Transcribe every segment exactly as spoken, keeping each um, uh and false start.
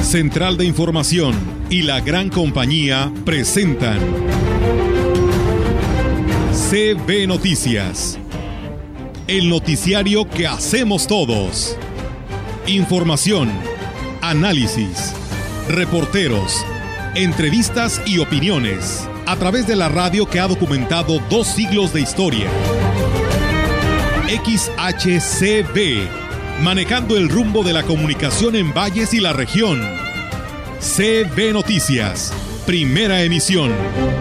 Central de Información y la Gran Compañía presentan C B Noticias, el noticiario que hacemos todos. Información, análisis, reporteros, entrevistas y opiniones a través de la radio que ha documentado dos siglos de historia. X H C B, manejando el rumbo de la comunicación en valles y la región. C B Noticias, primera emisión.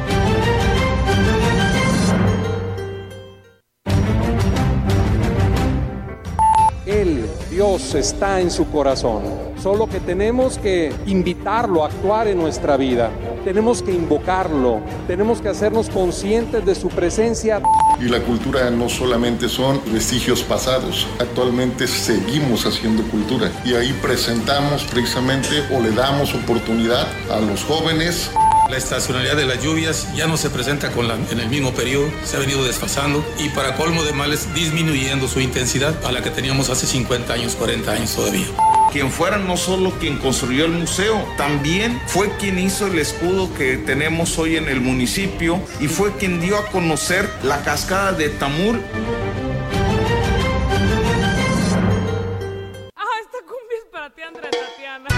Él, Dios, está en su corazón. Solo que tenemos que invitarlo a actuar en nuestra vida. Tenemos que invocarlo. Tenemos que hacernos conscientes de su presencia. Y la cultura no solamente son vestigios pasados. Actualmente seguimos haciendo cultura. Y ahí presentamos precisamente o le damos oportunidad a los jóvenes. La estacionalidad de las lluvias ya no se presenta con la, en el mismo periodo, se ha venido desfasando y para colmo de males disminuyendo su intensidad a la que teníamos hace cincuenta años, cuarenta años todavía. Quien fuera no solo quien construyó el museo, también fue quien hizo el escudo que tenemos hoy en el municipio y fue quien dio a conocer la cascada de Tamur. Ah, esta cumbia es para ti, Andrea Tatiana.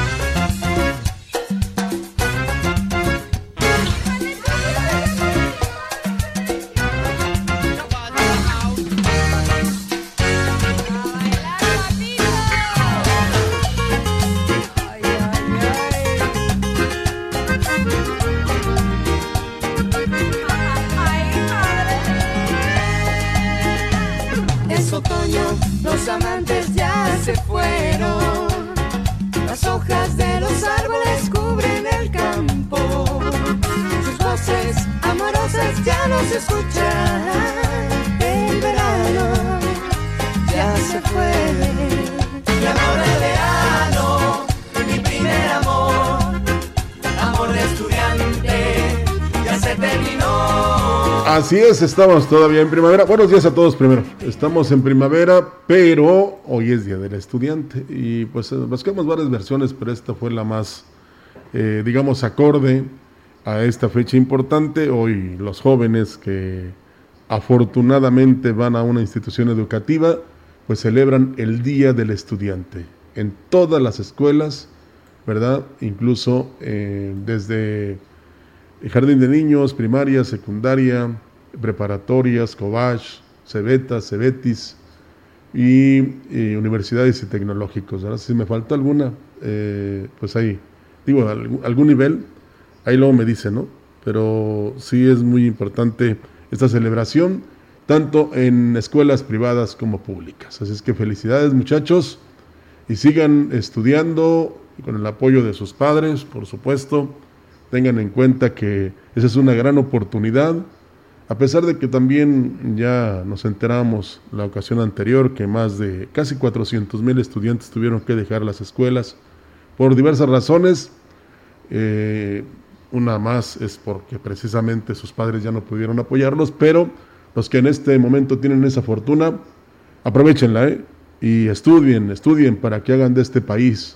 Los amantes ya se fueron, las hojas de los árboles cubren el campo, sus voces amorosas ya no se escuchan, el verano ya se fue, mi amor de verano, mi primer amor, amor de estudiante, ya se terminó. Así es, estamos todavía en primavera. Buenos días a todos primero. Estamos en primavera, pero hoy es Día del Estudiante y pues buscamos varias versiones, pero esta fue la más, eh, digamos, acorde a esta fecha importante. Hoy los jóvenes que afortunadamente van a una institución educativa, pues celebran el Día del Estudiante en todas las escuelas, ¿verdad? Incluso eh, desde jardín de niños, primaria, secundaria, preparatorias, Cobach, Cebetas, Cebetis y, y universidades y tecnológicos. Ahora, si me falta alguna, eh, pues ahí, digo, algún, algún nivel, ahí luego me dicen, ¿no? Pero sí es muy importante esta celebración, tanto en escuelas privadas como públicas. Así es que felicidades, muchachos, y sigan estudiando con el apoyo de sus padres, por supuesto. Tengan en cuenta que esa es una gran oportunidad, a pesar de que también ya nos enteramos la ocasión anterior que más de casi cuatrocientos mil estudiantes tuvieron que dejar las escuelas por diversas razones. Eh, una más es porque precisamente sus padres ya no pudieron apoyarlos, pero los que en este momento tienen esa fortuna, aprovechenla, ¿eh? Y estudien, estudien para que hagan de este país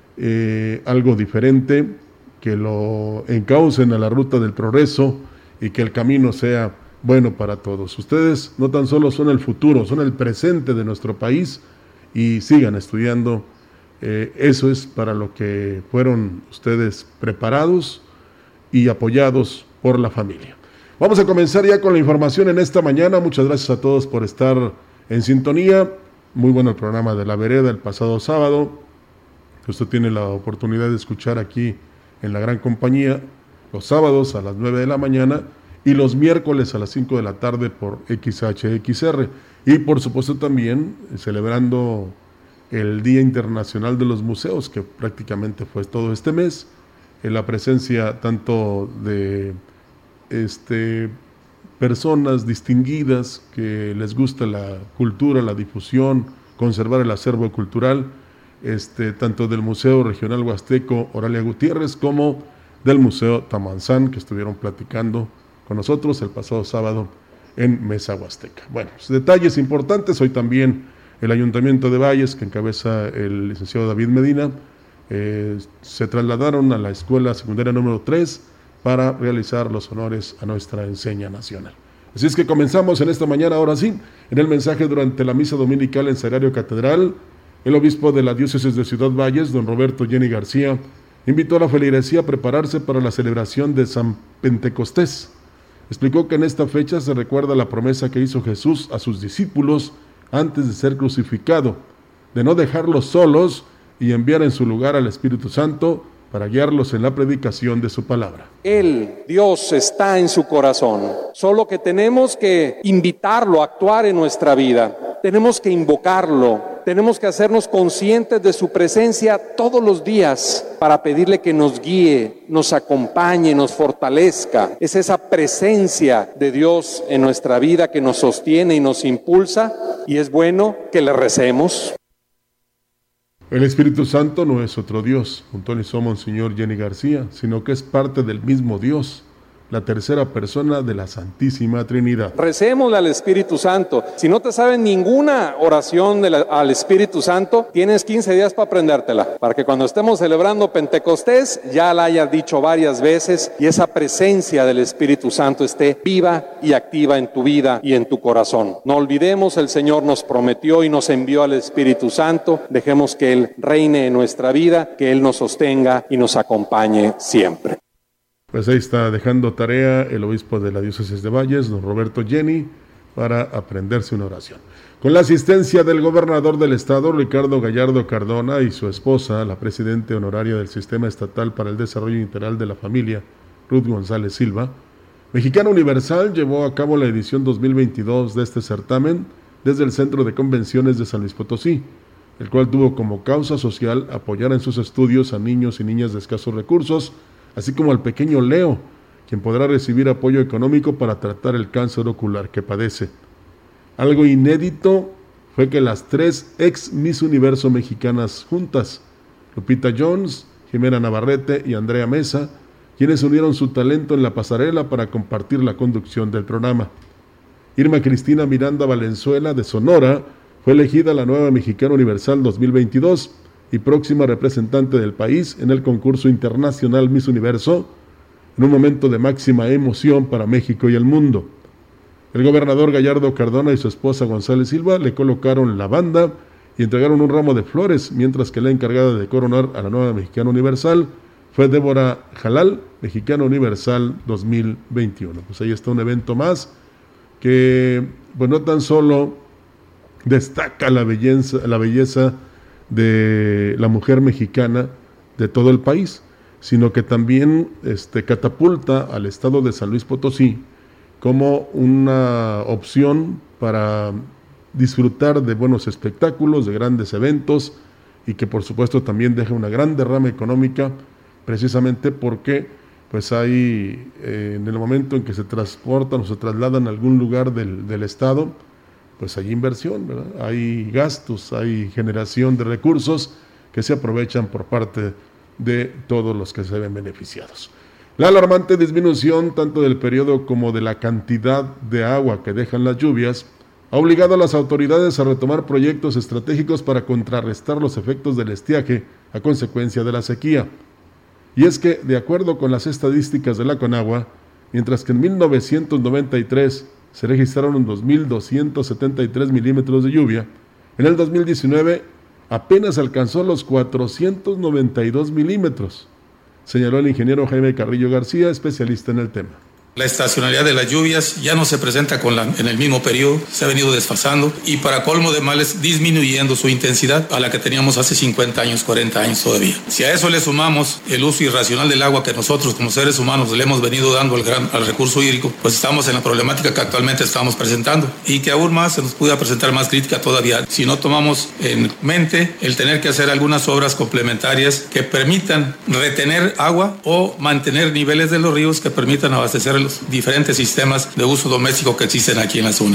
eh, algo diferente, que lo encaucen a la ruta del progreso y que el camino sea bueno para todos. Ustedes no tan solo son el futuro, son el presente de nuestro país y sigan estudiando. Eh, eso es para lo que fueron ustedes preparados y apoyados por la familia. Vamos a comenzar ya con la información en esta mañana. Muchas gracias a todos por estar en sintonía. Muy bueno el programa de La Vereda el pasado sábado. Usted tiene la oportunidad de escuchar aquí en la Gran Compañía, los sábados a las nueve de la mañana y los miércoles a las cinco de la tarde por X H X R. Y por supuesto también celebrando el Día Internacional de los Museos, que prácticamente fue todo este mes, en la presencia tanto de este, personas distinguidas que les gusta la cultura, la difusión, conservar el acervo cultural, Este, tanto del Museo Regional Huasteco Oralia Gutiérrez como del Museo Tamanzán, que estuvieron platicando con nosotros el pasado sábado en Mesa Huasteca. Bueno, pues, detalles importantes. Hoy también el Ayuntamiento de Valles, que encabeza el licenciado David Medina, eh, se trasladaron a la escuela secundaria número tres para realizar los honores a nuestra enseña nacional. Así es que comenzamos en esta mañana, ahora sí, en el mensaje durante la misa dominical en Sagrario Catedral. El obispo de la diócesis de Ciudad Valles, don Roberto Jenny García, invitó a la feligresía a prepararse para la celebración de San Pentecostés. Explicó que en esta fecha se recuerda la promesa que hizo Jesús a sus discípulos antes de ser crucificado, de no dejarlos solos y enviar en su lugar al Espíritu Santo para guiarlos en la predicación de su palabra. Él, Dios, está en su corazón, solo que tenemos que invitarlo a actuar en nuestra vida, tenemos que invocarlo, tenemos que hacernos conscientes de su presencia todos los días para pedirle que nos guíe, nos acompañe, nos fortalezca. Es esa presencia de Dios en nuestra vida que nos sostiene y nos impulsa, y es bueno que le recemos. El Espíritu Santo no es otro Dios, puntualizó Monseñor Jenny García, sino que es parte del mismo Dios, la tercera persona de la Santísima Trinidad. Recémosle al Espíritu Santo. Si no te sabes ninguna oración de la, al Espíritu Santo, tienes quince días para aprendértela, para que cuando estemos celebrando Pentecostés ya la hayas dicho varias veces y esa presencia del Espíritu Santo esté viva y activa en tu vida y en tu corazón. No olvidemos, el Señor nos prometió y nos envió al Espíritu Santo. Dejemos que Él reine en nuestra vida, que Él nos sostenga y nos acompañe siempre. Pues ahí está dejando tarea el obispo de la diócesis de Valles, don Roberto Jenny, para aprenderse una oración. Con la asistencia del gobernador del estado, Ricardo Gallardo Cardona, y su esposa, la presidenta honoraria del Sistema Estatal para el Desarrollo Integral de la Familia, Ruth González Silva, Mexicana Universal llevó a cabo la edición dos mil veintidós de este certamen desde el Centro de Convenciones de San Luis Potosí, el cual tuvo como causa social apoyar en sus estudios a niños y niñas de escasos recursos, así como al pequeño Leo, quien podrá recibir apoyo económico para tratar el cáncer ocular que padece. Algo inédito fue que las tres ex Miss Universo mexicanas juntas, Lupita Jones, Jimena Navarrete y Andrea Mesa, quienes unieron su talento en la pasarela para compartir la conducción del programa. Irma Cristina Miranda Valenzuela, de Sonora, fue elegida la nueva Mexicana Universal dos mil veintidós, y próxima representante del país en el concurso internacional Miss Universo, en un momento de máxima emoción para México y el mundo. El gobernador Gallardo Cardona y su esposa González Silva le colocaron la banda y entregaron un ramo de flores, mientras que la encargada de coronar a la nueva Mexicana Universal fue Débora Jalal, Mexicana Universal dos mil veintiuno. Pues ahí está un evento más que, pues no tan solo destaca la belleza, la belleza de la mujer mexicana de todo el país, sino que también este, catapulta al estado de San Luis Potosí como una opción para disfrutar de buenos espectáculos, de grandes eventos, y que por supuesto también deja una gran derrama económica, precisamente porque pues hay eh, en el momento en que se transportan o se trasladan a algún lugar del, del estado, pues hay inversión, ¿verdad? Hay gastos, hay generación de recursos que se aprovechan por parte de todos los que se ven beneficiados. La alarmante disminución tanto del periodo como de la cantidad de agua que dejan las lluvias ha obligado a las autoridades a retomar proyectos estratégicos para contrarrestar los efectos del estiaje a consecuencia de la sequía. Y es que, de acuerdo con las estadísticas de la Conagua, mientras que en mil novecientos noventa y tres se registraron dos mil doscientos setenta y tres milímetros de lluvia, en el dos mil diecinueve apenas alcanzó los cuatrocientos noventa y dos milímetros, señaló el ingeniero Jaime Carrillo García, especialista en el tema. La estacionalidad de las lluvias ya no se presenta con la, en el mismo periodo, se ha venido desfasando y para colmo de males disminuyendo su intensidad a la que teníamos hace cincuenta años, cuarenta años todavía. Si a eso le sumamos el uso irracional del agua que nosotros como seres humanos le hemos venido dando al, gran, al recurso hídrico, pues estamos en la problemática que actualmente estamos presentando y que aún más se nos puede presentar más crítica todavía si no tomamos en mente el tener que hacer algunas obras complementarias que permitan retener agua o mantener niveles de los ríos que permitan abastecer los diferentes sistemas de uso doméstico que existen aquí en la zona.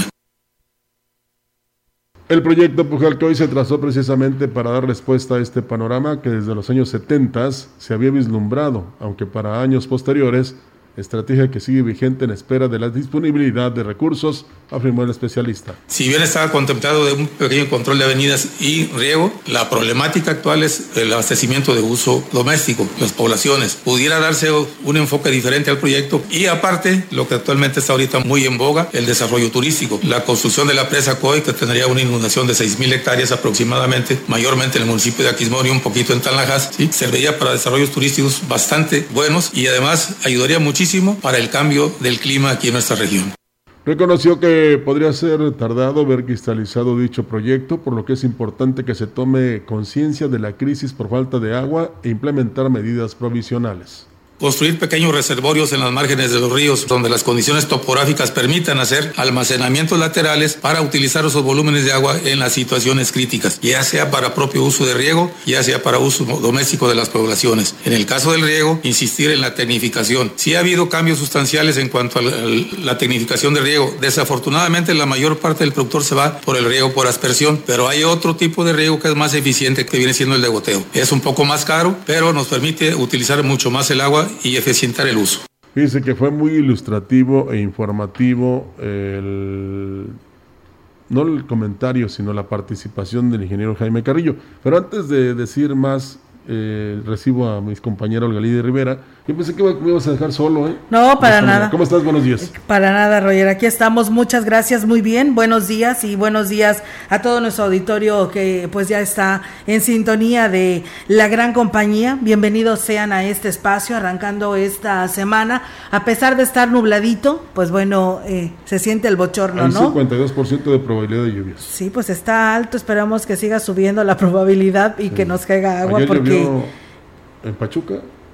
El proyecto Pujalcoy se trazó precisamente para dar respuesta a este panorama que desde los años setenta se había vislumbrado, aunque para años posteriores estrategia que sigue vigente en espera de la disponibilidad de recursos, afirmó el especialista. Si bien estaba contemplado de un pequeño control de avenidas y riego, la problemática actual es el abastecimiento de uso doméstico, las poblaciones. Pudiera darse un enfoque diferente al proyecto y aparte, lo que actualmente está ahorita muy en boga, el desarrollo turístico. La construcción de la presa Coy, que tendría una inundación de seis mil hectáreas aproximadamente, mayormente en el municipio de Aquismón y un poquito en Tanlajas, ¿sí? Serviría para desarrollos turísticos bastante buenos y además ayudaría muchísimo para el cambio del clima aquí en nuestra región. Reconoció que podría ser tardado ver cristalizado dicho proyecto, por lo que es importante que se tome conciencia de la crisis por falta de agua e implementar medidas provisionales. Construir pequeños reservorios en las márgenes de los ríos donde las condiciones topográficas permitan hacer almacenamientos laterales para utilizar esos volúmenes de agua en las situaciones críticas, ya sea para propio uso de riego, ya sea para uso doméstico de las poblaciones. En el caso del riego, insistir en la tecnificación. Sí ha habido cambios sustanciales en cuanto a la tecnificación de riego. Desafortunadamente, la mayor parte del productor se va por el riego por aspersión, pero hay otro tipo de riego que es más eficiente, que viene siendo el de goteo. Es un poco más caro, pero nos permite utilizar mucho más el agua y eficientar el uso. Dice que fue muy ilustrativo e informativo el, no el comentario, sino la participación del ingeniero Jaime Carrillo. Pero antes de decir más, eh, recibo a mis compañeros Olga Lidia Rivera. Yo pensé que me ibas a dejar solo, ¿eh? No, para nada. ¿Cómo estás? Buenos días. Para nada, Roger. Aquí estamos. Muchas gracias. Muy bien. Buenos días y buenos días a todo nuestro auditorio que pues ya está en sintonía de la gran compañía. Bienvenidos sean a este espacio, arrancando esta semana. A pesar de estar nubladito, pues bueno, eh, se siente el bochorno, Hay ¿no? cincuenta y dos por ciento de probabilidad de lluvias. Sí, pues está alto. Esperamos que siga subiendo la probabilidad y sí, que nos caiga agua. Ayer porque llovió en Pachuca,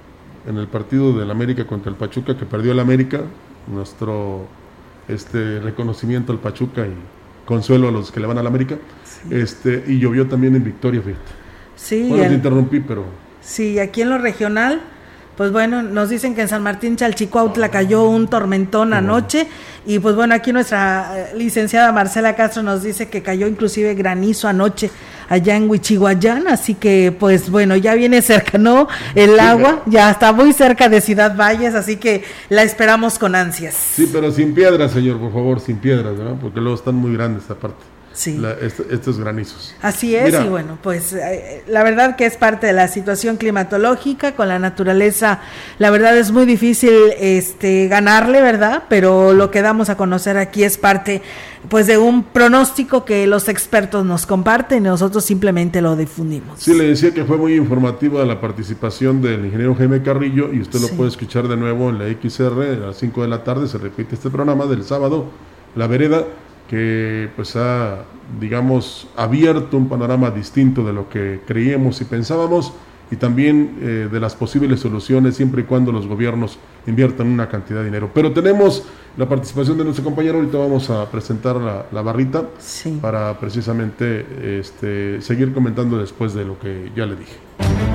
en el partido del América contra el Pachuca, que perdió el América. Nuestro este reconocimiento al Pachuca y consuelo a los que le van al América. Sí. Este y llovió también en Victoria, fíjate. Sí. Bueno, el, te interrumpí, pero sí, aquí en lo regional, pues bueno, nos dicen que en San Martín Chalchicuautla cayó un tormentón anoche, y pues bueno, aquí nuestra licenciada Marcela Castro nos dice que cayó inclusive granizo anoche allá en Huichihuayán, así que pues bueno, ya viene cerca, ¿no? El agua, ya está muy cerca de Ciudad Valles, así que la esperamos con ansias. Sí, pero sin piedras, señor, por favor, sin piedras, ¿verdad? Porque luego están muy grandes aparte. Sí. La, est- estos granizos. Así es. Mira, y bueno, pues eh, la verdad que es parte de la situación climatológica con la naturaleza. La verdad es muy difícil este ganarle, ¿verdad? Pero lo que damos a conocer aquí es parte pues de un pronóstico que los expertos nos comparten y nosotros simplemente lo difundimos. Sí, le decía que fue muy informativa la participación del ingeniero Jaime Carrillo, y usted sí lo puede escuchar de nuevo en la X R a las cinco de la tarde. Se repite este programa del sábado, La Vereda, que pues ha, digamos, abierto un panorama distinto de lo que creíamos y pensábamos, y también eh, de las posibles soluciones siempre y cuando los gobiernos inviertan una cantidad de dinero. Pero tenemos la participación de nuestro compañero. Ahorita vamos a presentar la, la barrita sí. para precisamente este, seguir comentando después de lo que ya le dije.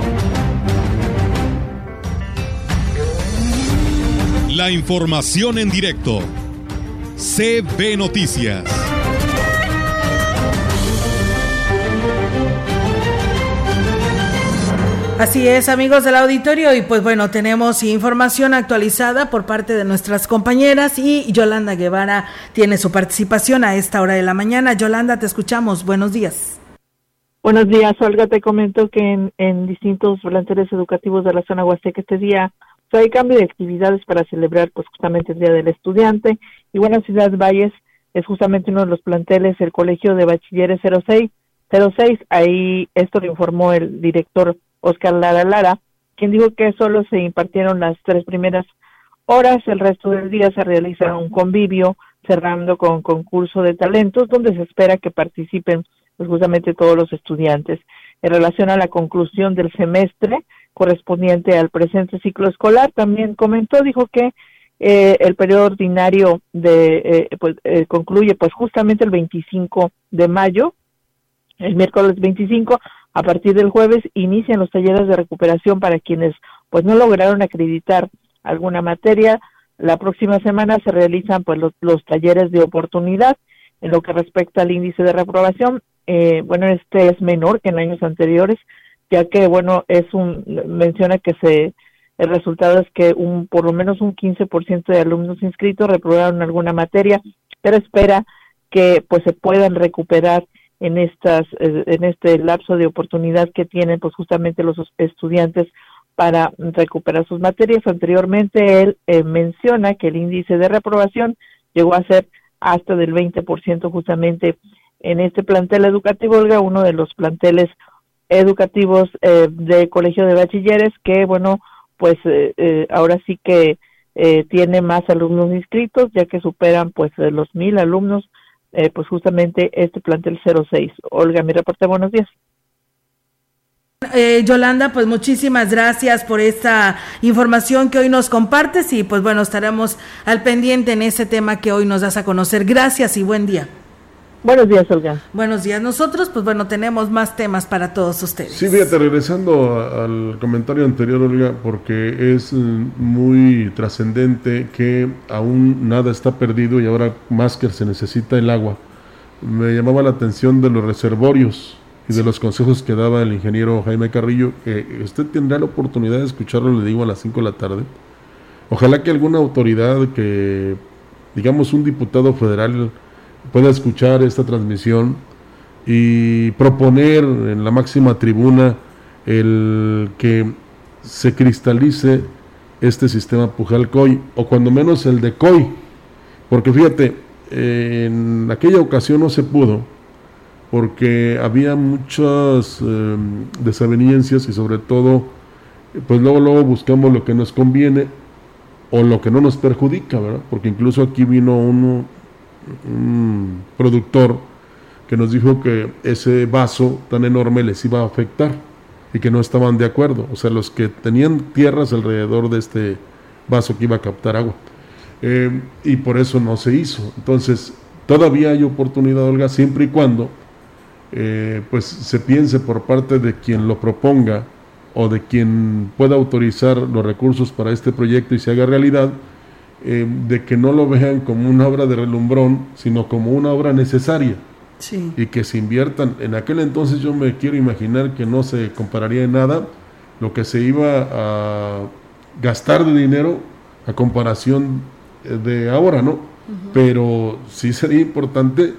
La información en directo. C B Noticias. Así es, amigos del auditorio, y pues bueno, tenemos información actualizada por parte de nuestras compañeras, y Yolanda Guevara tiene su participación a esta hora de la mañana. Yolanda, te escuchamos. Buenos días. Buenos días, Olga. Te comento que en, en distintos planteles educativos de la zona huasteca este día pues, hay cambio de actividades para celebrar pues justamente el Día del Estudiante. Y bueno, Ciudad Valles es justamente uno de los planteles, el Colegio de Bachilleres cero seis. Ahí esto lo informó el director Oscar Lara Lara, quien dijo que solo se impartieron las tres primeras horas. El resto del día se realiza un convivio, cerrando con concurso de talentos, donde se espera que participen pues justamente todos los estudiantes. En relación a la conclusión del semestre correspondiente al presente ciclo escolar, también comentó, dijo que eh, el periodo ordinario de eh, pues eh, concluye pues justamente el veinticinco de mayo, el miércoles veinticinco. A partir del jueves inician los talleres de recuperación para quienes pues no lograron acreditar alguna materia. La próxima semana se realizan pues los, los talleres de oportunidad. En lo que respecta al índice de reprobación, eh, bueno, este es menor que en años anteriores, ya que bueno, es un, menciona que se el resultado es que un por lo menos un quince por ciento de alumnos inscritos reprobaron alguna materia, pero espera que pues se puedan recuperar en estas en este lapso de oportunidad que tienen pues justamente los estudiantes para recuperar sus materias. Anteriormente él eh, menciona que el índice de reprobación llegó a ser hasta del veinte por ciento justamente en este plantel educativo, Olga, uno de los planteles educativos eh, de Colegio de Bachilleres que, bueno, pues eh, eh, ahora sí que eh, tiene más alumnos inscritos, ya que superan pues los mil alumnos, eh, pues justamente este plantel cero seis. Olga, mi reporte, buenos días. Eh, Yolanda, pues muchísimas gracias por esta información que hoy nos compartes y pues bueno, estaremos al pendiente en ese tema que hoy nos das a conocer. Gracias y buen día. Buenos días, Olga. Buenos días. Nosotros, pues bueno, tenemos más temas para todos ustedes. Sí, fíjate, regresando al comentario anterior, Olga, porque es muy trascendente que aún nada está perdido y ahora más que se necesita el agua. Me llamaba la atención de los reservorios y de los consejos que daba el ingeniero Jaime Carrillo, que usted tendrá la oportunidad de escucharlo, le digo, a las cinco de la tarde. Ojalá que alguna autoridad, que digamos un diputado federal, pueda escuchar esta transmisión y proponer en la máxima tribuna el que se cristalice este sistema Pujal-Coy, o cuando menos el de Coy, porque fíjate, en aquella ocasión no se pudo, porque había muchas eh, desavenencias y sobre todo, pues luego, luego buscamos lo que nos conviene o lo que no nos perjudica, ¿verdad? Porque incluso aquí vino uno, un productor que nos dijo que ese vaso tan enorme les iba a afectar y que no estaban de acuerdo, o sea, los que tenían tierras alrededor de este vaso que iba a captar agua, eh, y por eso no se hizo. Entonces, todavía hay oportunidad, Olga, siempre y cuando Eh, pues se piense por parte de quien lo proponga o de quien pueda autorizar los recursos para este proyecto y se haga realidad, eh, de que no lo vean como una obra de relumbrón, sino como una obra necesaria. Sí. Y que se inviertan. En aquel entonces yo me quiero imaginar que no se compararía en nada lo que se iba a gastar de dinero a comparación de ahora, ¿no? Uh-huh. Pero sí sería importante,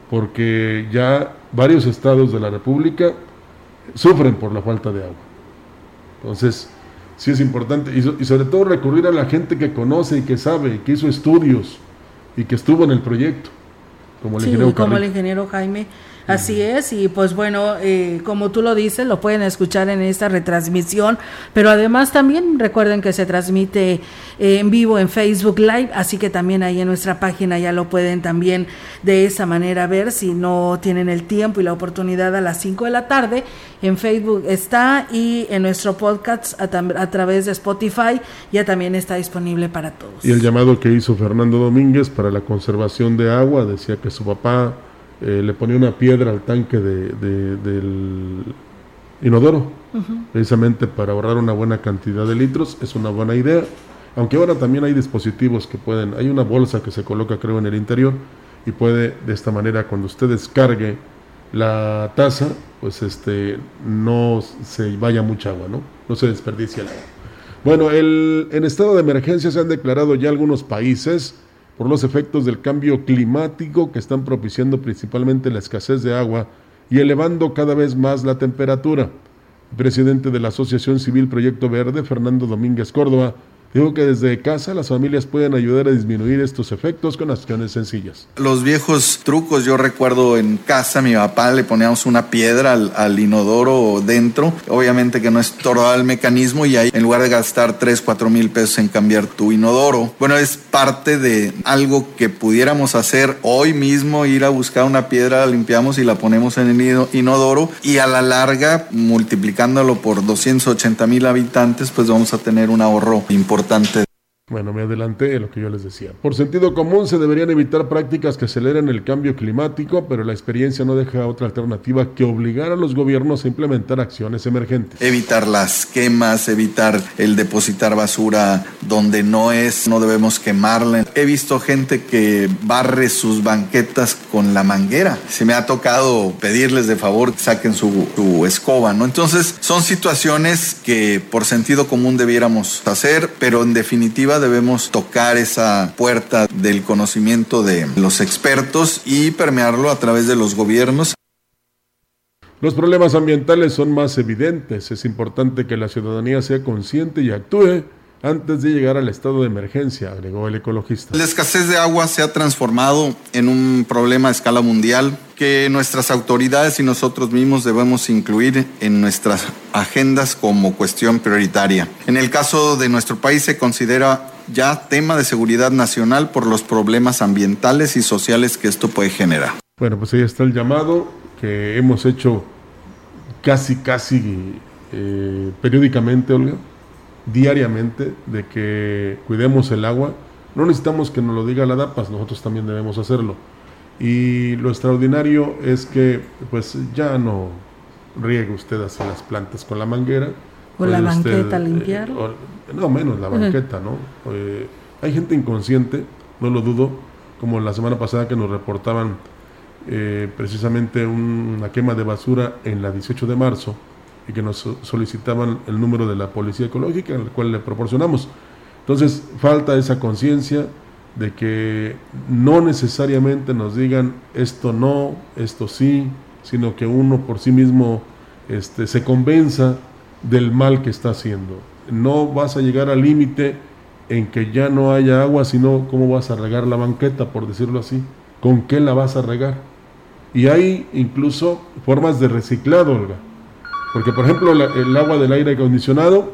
porque ya varios estados de la República sufren por la falta de agua. Entonces, sí es importante, y, so, y sobre todo recurrir a la gente que conoce y que sabe, y que hizo estudios y que estuvo en el proyecto, como el sí, ingeniero como Carrillo. el ingeniero Jaime. Así es, y pues bueno, eh, como tú lo dices, lo pueden escuchar en esta retransmisión, pero además también recuerden que se transmite eh, en vivo en Facebook Live, así que también ahí en nuestra página ya lo pueden también de esa manera ver, si no tienen el tiempo y la oportunidad a las cinco de la tarde, en Facebook está, y en nuestro podcast a, a través de Spotify ya también está disponible para todos. Y el llamado que hizo Fernando Domínguez para la conservación de agua, decía que su papá Eh, le ponía una piedra al tanque de, de, del inodoro, uh-huh. precisamente para ahorrar una buena cantidad de litros. Es una buena idea, aunque ahora también hay dispositivos que pueden, hay una bolsa que se coloca, creo, en el interior, y puede de esta manera, cuando usted descargue la taza, pues este no se vaya mucha agua, no, no se desperdicia el agua. Bueno, el, en estado de emergencia se han declarado ya algunos países por los efectos del cambio climático que están propiciando principalmente la escasez de agua y elevando cada vez más la temperatura. El presidente de la Asociación Civil Proyecto Verde, Fernando Domínguez Córdoba, dijo que desde casa las familias pueden ayudar a disminuir estos efectos con acciones sencillas. Los viejos trucos, yo recuerdo en casa, mi papá le poníamos una piedra al, al inodoro dentro, obviamente que no es todo el mecanismo, y ahí en lugar de gastar tres, cuatro mil pesos en cambiar tu inodoro, bueno, es parte de algo que pudiéramos hacer hoy mismo, ir a buscar una piedra, la limpiamos y la ponemos en el inodoro, y a la larga, multiplicándolo por doscientos ochenta mil habitantes, pues vamos a tener un ahorro importante. Bueno, me adelanté en lo que yo les decía. Por sentido común se deberían evitar prácticas que aceleren el cambio climático, pero la experiencia no deja otra alternativa que obligar a los gobiernos a implementar acciones emergentes. Evitar las quemas, evitar el depositar basura donde no es, no debemos quemarla. He visto gente que barre sus banquetas con la manguera. Se me ha tocado pedirles de favor que saquen su, su escoba, ¿no? Entonces, son situaciones que por sentido común debiéramos hacer, pero en definitiva debemos tocar esa puerta del conocimiento de los expertos y permearlo a través de los gobiernos. Los problemas ambientales son más evidentes. Es importante que la ciudadanía sea consciente y actúe antes de llegar al estado de emergencia, agregó el ecologista. La escasez de agua se ha transformado en un problema a escala mundial que nuestras autoridades y nosotros mismos debemos incluir en nuestras agendas como cuestión prioritaria. En el caso de nuestro país se considera ya tema de seguridad nacional por los problemas ambientales y sociales que esto puede generar. Bueno, pues ahí está el llamado que hemos hecho casi, casi eh, periódicamente, Olga, diariamente, de que cuidemos el agua. No necesitamos que nos lo diga la DAPAS, nosotros también debemos hacerlo. Y lo extraordinario es que pues ya no riegue usted así las plantas con la manguera. O la banqueta, limpiar. Eh, no, menos la banqueta, ¿no? Eh, hay gente inconsciente, no lo dudo, como la semana pasada que nos reportaban eh, precisamente un, una quema de basura en la dieciocho de marzo y que nos solicitaban el número de la policía ecológica, el cual le proporcionamos. Entonces, falta esa conciencia de que no necesariamente nos digan esto no, esto sí, sino que uno por sí mismo este, se convenza del mal que está haciendo. No vas a llegar al límite en que ya no haya agua, sino cómo vas a regar la banqueta, por decirlo así, con qué la vas a regar. Y hay incluso formas de reciclado, Olga, porque por ejemplo la, el agua del aire acondicionado,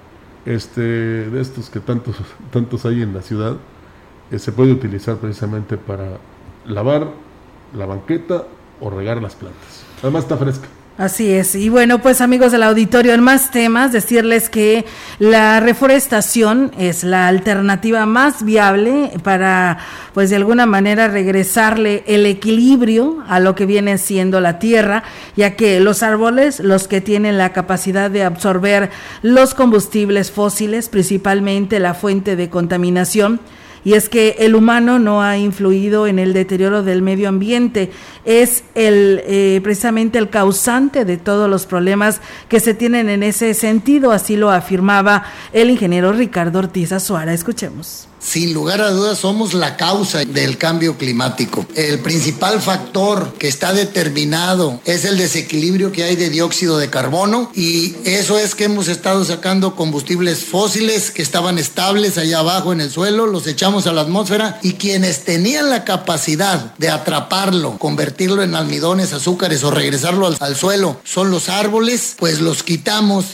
este, de estos que tantos, tantos hay en la ciudad, eh, se puede utilizar precisamente para lavar la banqueta o regar las plantas. Además está fresca. Así es, y bueno, pues amigos del auditorio, en más temas, decirles que la reforestación es la alternativa más viable para, pues de alguna manera, regresarle el equilibrio a lo que viene siendo la tierra, ya que los árboles, los que tienen la capacidad de absorber los combustibles fósiles, principalmente la fuente de contaminación, y es que el humano no ha influido en el deterioro del medio ambiente, es el eh, precisamente el causante de todos los problemas que se tienen en ese sentido, así lo afirmaba el ingeniero Ricardo Ortiz Azuara. Escuchemos. Sin lugar a dudas somos la causa del cambio climático. El principal factor que está determinado es el desequilibrio que hay de dióxido de carbono, y eso es que hemos estado sacando combustibles fósiles que estaban estables allá abajo en el suelo, los echamos a la atmósfera, y quienes tenían la capacidad de atraparlo, convertirlo en almidones, azúcares o regresarlo al, al suelo son los árboles, pues los quitamos.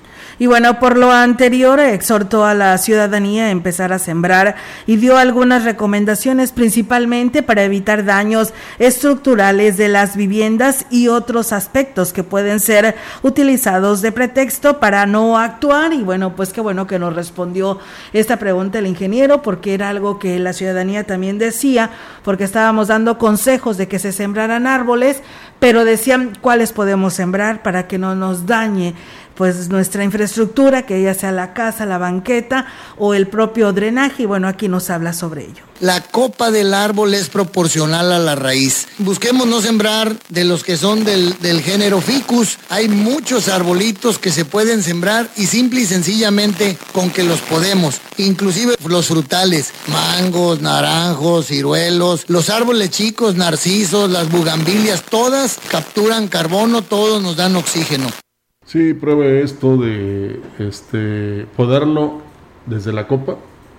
Y bueno, por lo anterior, exhortó a la ciudadanía a empezar a sembrar y dio algunas recomendaciones principalmente para evitar daños estructurales de las viviendas y otros aspectos que pueden ser utilizados de pretexto para no actuar. Y bueno, pues qué bueno que nos respondió esta pregunta el ingeniero, porque era algo que la ciudadanía también decía, porque estábamos dando consejos de que se sembraran árboles, pero decían cuáles podemos sembrar para que no nos dañe pues nuestra infraestructura, que ya sea la casa, la banqueta o el propio drenaje. Y bueno, aquí nos habla sobre ello. La copa del árbol es proporcional a la raíz. Busquemos no sembrar de los que son del, del género ficus. Hay muchos arbolitos que se pueden sembrar y simple y sencillamente con que los podemos. Inclusive los frutales, mangos, naranjos, ciruelos, los árboles chicos, narcisos, las bugambilias, todas capturan carbono, todos nos dan oxígeno. Sí, pruebe esto de este podarlo desde la copa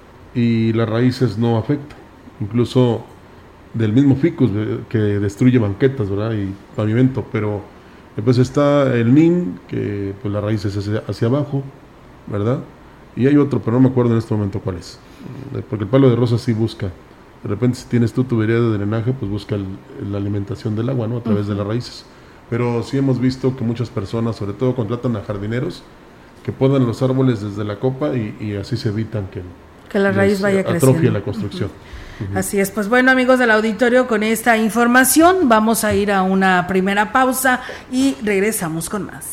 y las raíces no afectan. Incluso del mismo ficus que destruye banquetas, ¿verdad? Y pavimento, pero después está el nim, que pues las raíces hacia, hacia abajo, ¿verdad? Y hay otro, pero no me acuerdo en este momento cuál es. Porque el palo de rosa sí busca. De repente si tienes tu tubería de drenaje, pues busca el, la alimentación del agua, ¿no? A través uh-huh. de las raíces. Pero sí hemos visto que muchas personas, sobre todo contratan a jardineros, que podan los árboles desde la copa y, y así se evitan que, Que la raíz vaya creciendo. Atrofia la construcción. Uh-huh. Así es, pues bueno, amigos del auditorio, con esta información vamos a ir a una primera pausa y regresamos con más.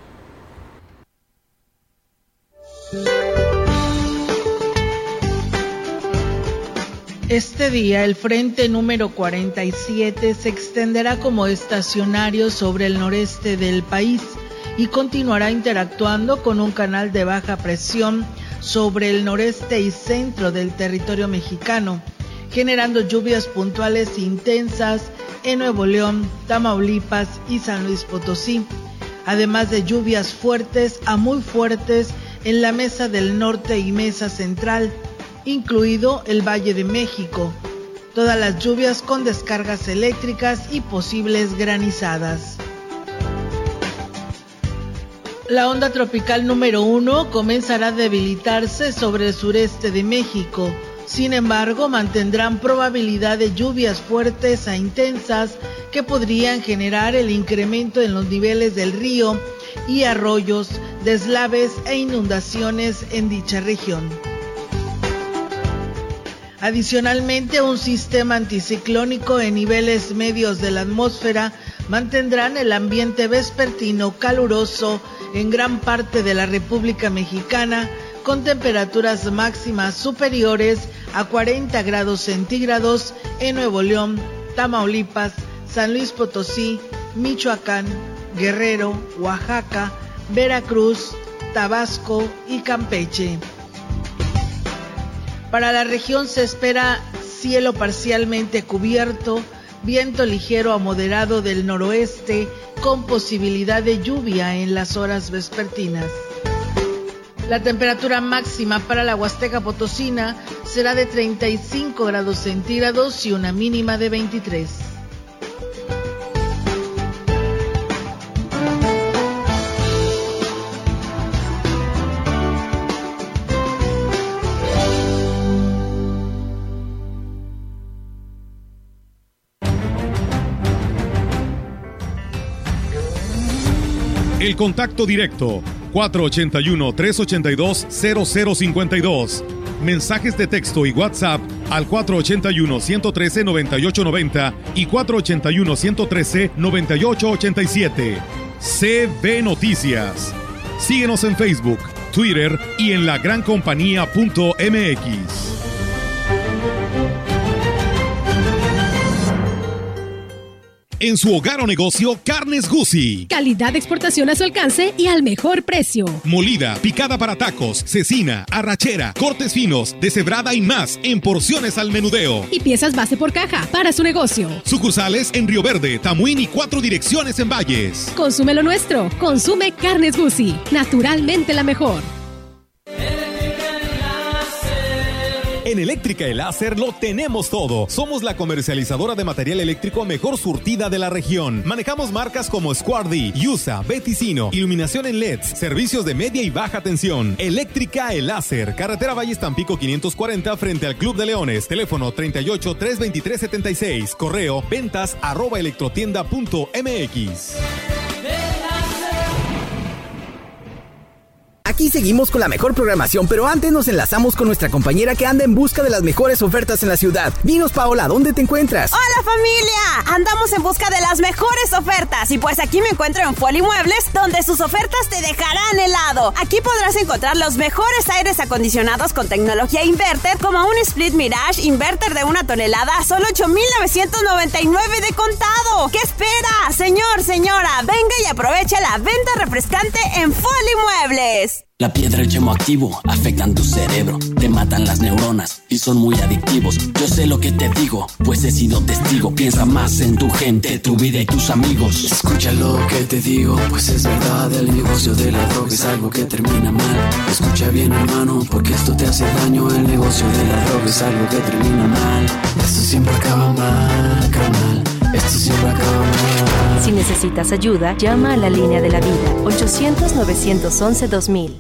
Este día el frente número cuarenta y siete se extenderá como estacionario sobre el noreste del país y continuará interactuando con un canal de baja presión sobre el noreste y centro del territorio mexicano, generando lluvias puntuales intensas en Nuevo León, Tamaulipas y San Luis Potosí, además de lluvias fuertes a muy fuertes en la Mesa del Norte y Mesa Central, incluido el Valle de México, todas las lluvias con descargas eléctricas y posibles granizadas. La onda tropical número uno comenzará a debilitarse sobre el sureste de México. Sin embargo, mantendrán probabilidad de lluvias fuertes a intensas que podrían generar el incremento en los niveles del río y arroyos, deslaves e inundaciones en dicha región. Adicionalmente, un sistema anticiclónico en niveles medios de la atmósfera mantendrán el ambiente vespertino caluroso en gran parte de la República Mexicana, con temperaturas máximas superiores a cuarenta grados centígrados en Nuevo León, Tamaulipas, San Luis Potosí, Michoacán, Guerrero, Oaxaca, Veracruz, Tabasco y Campeche. Para la región se espera cielo parcialmente cubierto, viento ligero a moderado del noroeste, con posibilidad de lluvia en las horas vespertinas. La temperatura máxima para la Huasteca Potosina será de treinta y cinco grados centígrados y una mínima de veintitrés. El contacto directo cuatro ochenta y uno, trescientos ochenta y dos, cero cero cincuenta y dos. Mensajes de texto y WhatsApp al cuatro ochenta y uno, ciento trece, noventa y ocho noventa y cuatro ochenta y uno, ciento trece, noventa y ocho ochenta y siete. C B Noticias. Síguenos en Facebook, Twitter y en la gran compañía punto m x. En su hogar o negocio, Carnes Guzzi. Calidad de exportación a su alcance y al mejor precio. Molida, picada para tacos, cecina, arrachera, cortes finos, deshebrada y más en porciones al menudeo. Y piezas base por caja para su negocio. Sucursales en Río Verde, Tamuín y cuatro direcciones en Valles. Consume lo nuestro. Consume Carnes Guzzi. Naturalmente la mejor. En Eléctrica El Láser lo tenemos todo. Somos la comercializadora de material eléctrico mejor surtida de la región. Manejamos marcas como Squardi, Yusa, Beticino, iluminación en L E Ds, servicios de media y baja tensión. Eléctrica El Láser, carretera Valles Tampico quinientos cuarenta frente al Club de Leones. Teléfono treinta y ocho, trescientos veintitrés, setenta y seis. Correo ventas arroba electrotienda punto m x. Aquí seguimos con la mejor programación, pero antes nos enlazamos con nuestra compañera que anda en busca de las mejores ofertas en la ciudad. Dinos, Paola, ¿dónde te encuentras? ¡Hola, familia! Andamos en busca de las mejores ofertas y pues aquí me encuentro en Foli Muebles, donde sus ofertas te dejarán helado. Aquí podrás encontrar los mejores aires acondicionados con tecnología inverter, como un Split Mirage inverter de una tonelada a solo ocho mil novecientos noventa y nueve de contado. ¿Qué espera? Señor, señora, venga y aproveche la venta refrescante en Foli Muebles. La piedra y el yemo activo afectan tu cerebro, te matan las neuronas y son muy adictivos. Yo sé lo que te digo, pues he sido testigo. Piensa más en tu gente, tu vida y tus amigos. Escucha lo que te digo, pues es verdad. El negocio de la droga es algo que termina mal. Escucha bien, hermano, porque esto te hace daño. El negocio de la droga es algo que termina mal. Esto siempre acaba mal, carnal. Esto siempre acaba mal. Si necesitas ayuda, llama a la línea de la vida, ochocientos, novecientos once, dos mil.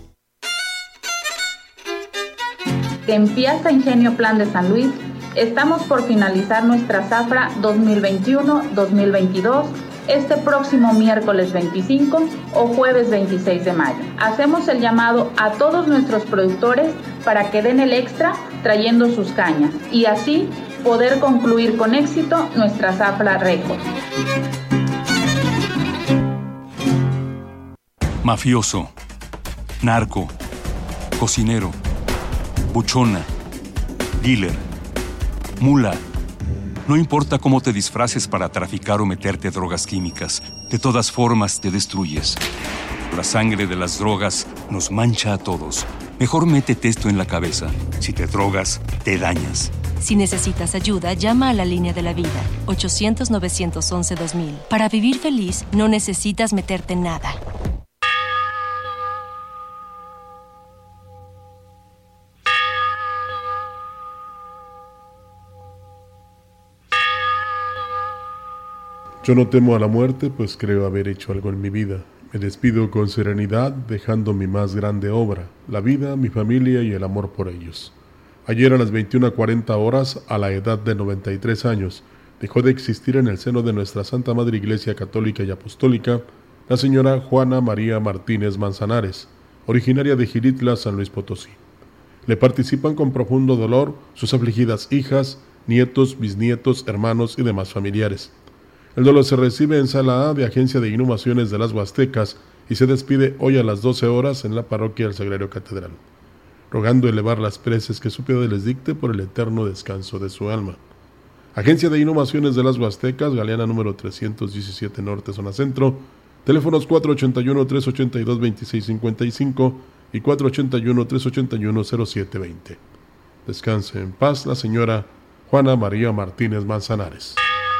En Piazza Ingenio Plan de San Luis, estamos por finalizar nuestra zafra dos mil veintiuno dos mil veintidós este próximo miércoles veinticinco o jueves veintiséis de mayo. Hacemos el llamado a todos nuestros productores para que den el extra trayendo sus cañas y así poder concluir con éxito nuestra zafra récord. Mafioso, narco, cocinero, buchona, dealer, mula. No importa cómo te disfraces para traficar o meterte drogas químicas, de todas formas te destruyes. La sangre de las drogas nos mancha a todos. Mejor métete esto en la cabeza. Si te drogas, te dañas. Si necesitas ayuda, llama a la línea de la vida, ochocientos, novecientos once, dos mil. Para vivir feliz, no necesitas meterte en nada. Yo no temo a la muerte, pues creo haber hecho algo en mi vida. Me despido con serenidad, dejando mi más grande obra, la vida, mi familia y el amor por ellos. Ayer a las veintiuna cuarenta horas, a la edad de noventa y tres años, dejó de existir en el seno de nuestra Santa Madre Iglesia Católica y Apostólica la señora Juana María Martínez Manzanares, originaria de Gilitla, San Luis Potosí. Le participan con profundo dolor sus afligidas hijas, nietos, bisnietos, hermanos y demás familiares. El dolor se recibe en Sala A de Agencia de Inhumaciones de las Huastecas y se despide hoy a las doce horas en la parroquia del Sagrario Catedral, rogando elevar las preces que su piedad les dicte por el eterno descanso de su alma. Agencia de Inhumaciones de las Huastecas, Galeana número trescientos diecisiete Norte, Zona Centro, teléfonos cuatro ochenta y uno, tres ochenta y dos, veintiséis cincuenta y cinco y cuatro ochenta y uno, tres ochenta y uno, cero siete veinte. Descanse en paz la señora Juana María Martínez Manzanares.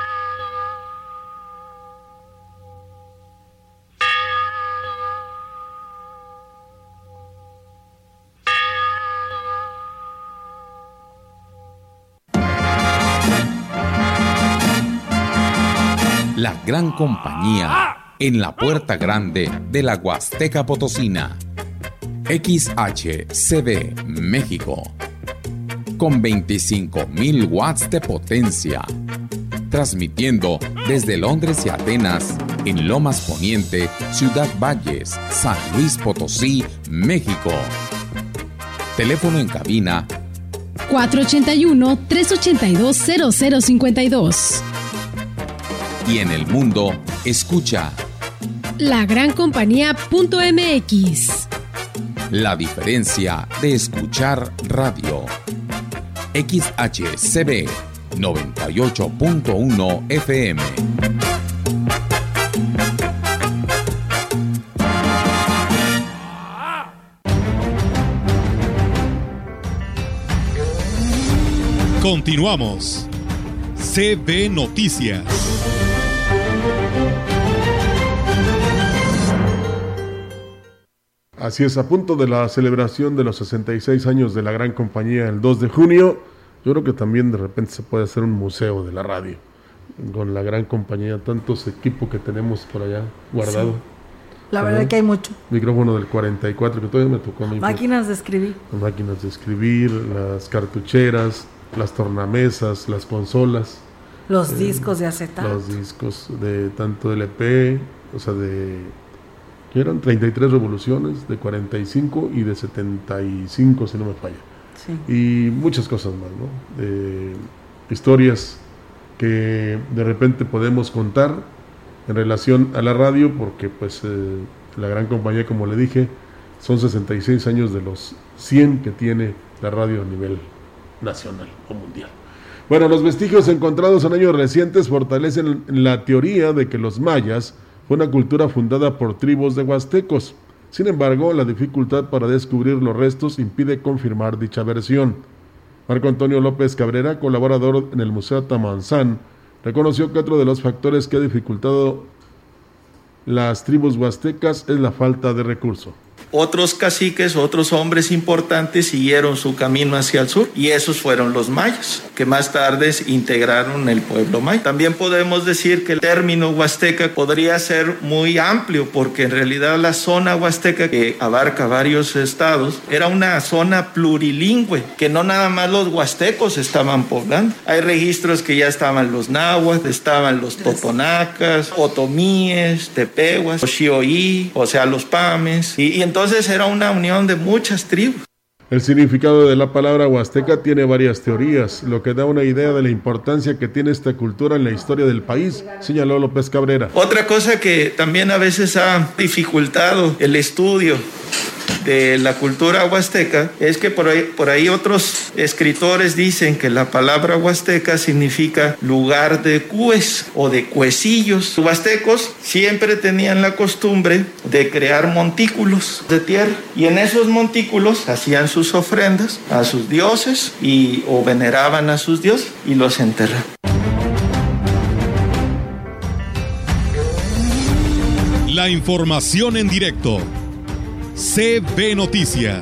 La gran compañía en la puerta grande de la Huasteca Potosina. X H C D México. Con veinticinco mil watts de potencia. Transmitiendo desde Londres y Atenas, en Lomas Poniente, Ciudad Valles, San Luis Potosí, México. Teléfono en cabina cuatro ochenta y uno, tres ochenta y dos, cero cero cincuenta y dos. Y en el mundo, escucha la gran compañía punto m x. La diferencia de escuchar radio. X H C B noventa y ocho punto uno F M. Continuamos. C B Noticias. Así es, a punto de la celebración de los sesenta y seis años de la gran compañía el dos de junio, yo creo que también de repente se puede hacer un museo de la radio, con la gran compañía, tantos equipos que tenemos por allá guardado. Sí. La verdad es que hay mucho. Micrófono del cuarenta y cuatro, que todavía me tocó a mí. Máquinas de escribir. Máquinas de escribir, las cartucheras, las tornamesas, las consolas. Los eh, discos de acetato. Los discos de tanto de L P, o sea, de... que eran treinta y tres revoluciones, de cuarenta y cinco y de setenta y cinco, si no me falla. Sí. Y muchas cosas más, ¿no? Eh, historias que de repente podemos contar en relación a la radio, porque pues eh, la gran compañía, como le dije, son sesenta y seis años de los cien que tiene la radio a nivel nacional o mundial. Bueno, los vestigios encontrados en años recientes fortalecen la teoría de que los mayas fue una cultura fundada por tribus de huastecos. Sin embargo, la dificultad para descubrir los restos impide confirmar dicha versión. Marco Antonio López Cabrera, colaborador en el Museo Tamanzán, reconoció que otro de los factores que ha dificultado las tribus huastecas es la falta de recursos. Otros caciques, otros hombres importantes siguieron su camino hacia el sur y esos fueron los mayas, que más tarde integraron el pueblo maya. También podemos decir que el término huasteca podría ser muy amplio porque en realidad la zona huasteca, que abarca varios estados, era una zona plurilingüe, que no nada más los huastecos estaban poblando. Hay registros que ya estaban los náhuatl, estaban los totonacas, otomíes, tepehuas, los xioí, o sea, los pames, y, y entonces era una unión de muchas tribus. El significado de la palabra huasteca tiene varias teorías, lo que da una idea de la importancia que tiene esta cultura en la historia del país, señaló López Cabrera. Otra cosa que también a veces ha dificultado el estudio de la cultura huasteca es que por ahí, por ahí otros escritores dicen que la palabra huasteca significa lugar de cues o de cuecillos. Los huastecos siempre tenían la costumbre de crear montículos de tierra y en esos montículos hacían sus ofrendas a sus dioses y o veneraban a sus dioses y los enterraban. La información en directo. C B Noticias.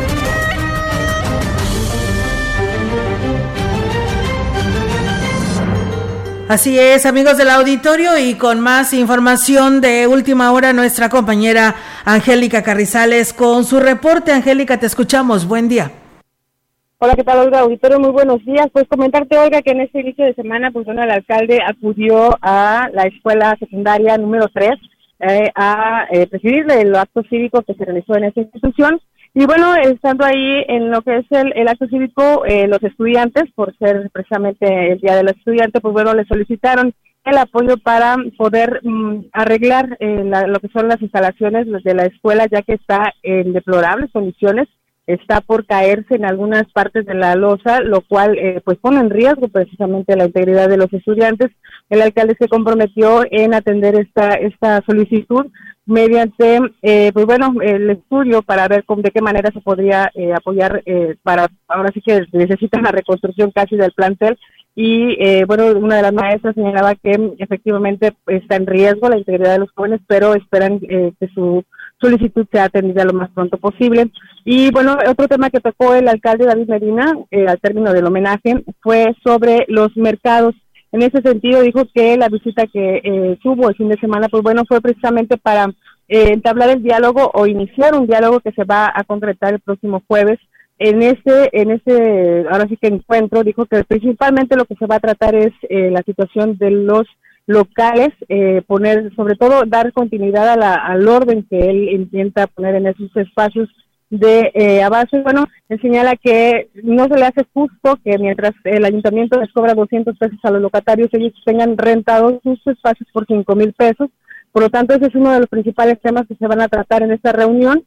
Así es, amigos del auditorio, y con más información de última hora, nuestra compañera Angélica Carrizales con su reporte. Angélica, te escuchamos. Buen día. Hola, ¿qué tal, Olga? Auditorio, muy buenos días. Pues comentarte, Olga, que en este inicio de semana, pues bueno, el alcalde acudió a la escuela secundaria número tres eh, a eh, presidir el acto cívico que se realizó en esta institución. Y bueno, estando ahí en lo que es el, el acto cívico, eh, los estudiantes, por ser precisamente el Día del Estudiante, pues bueno, le solicitaron el apoyo para poder mmm, arreglar eh, la, lo que son las instalaciones de la escuela, ya que está en deplorables condiciones, está por caerse en algunas partes de la losa, lo cual eh, pues pone en riesgo precisamente la integridad de los estudiantes. El alcalde se comprometió en atender esta esta solicitud mediante, eh, pues bueno, el estudio para ver con, de qué manera se podría eh, apoyar eh, para, ahora sí que necesitan la reconstrucción casi del plantel. Y eh, bueno, una de las maestras señalaba que efectivamente está en riesgo la integridad de los jóvenes, pero esperan eh, que su solicitud sea atendida lo más pronto posible. Y bueno, otro tema que tocó el alcalde David Medina eh, al término del homenaje fue sobre los mercados. En ese sentido dijo que la visita que eh, tuvo el fin de semana, pues bueno, fue precisamente para eh, entablar el diálogo o iniciar un diálogo que se va a concretar el próximo jueves. En ese, en ese, ahora sí que encuentro, dijo que principalmente lo que se va a tratar es eh, la situación de los locales, eh, poner, sobre todo, dar continuidad a la, al orden que él intenta poner en esos espacios de eh, abasto. Bueno, él señala que no se le hace justo que mientras el ayuntamiento les cobra doscientos pesos a los locatarios, ellos tengan rentados sus espacios por cinco mil pesos. Por lo tanto, ese es uno de los principales temas que se van a tratar en esta reunión.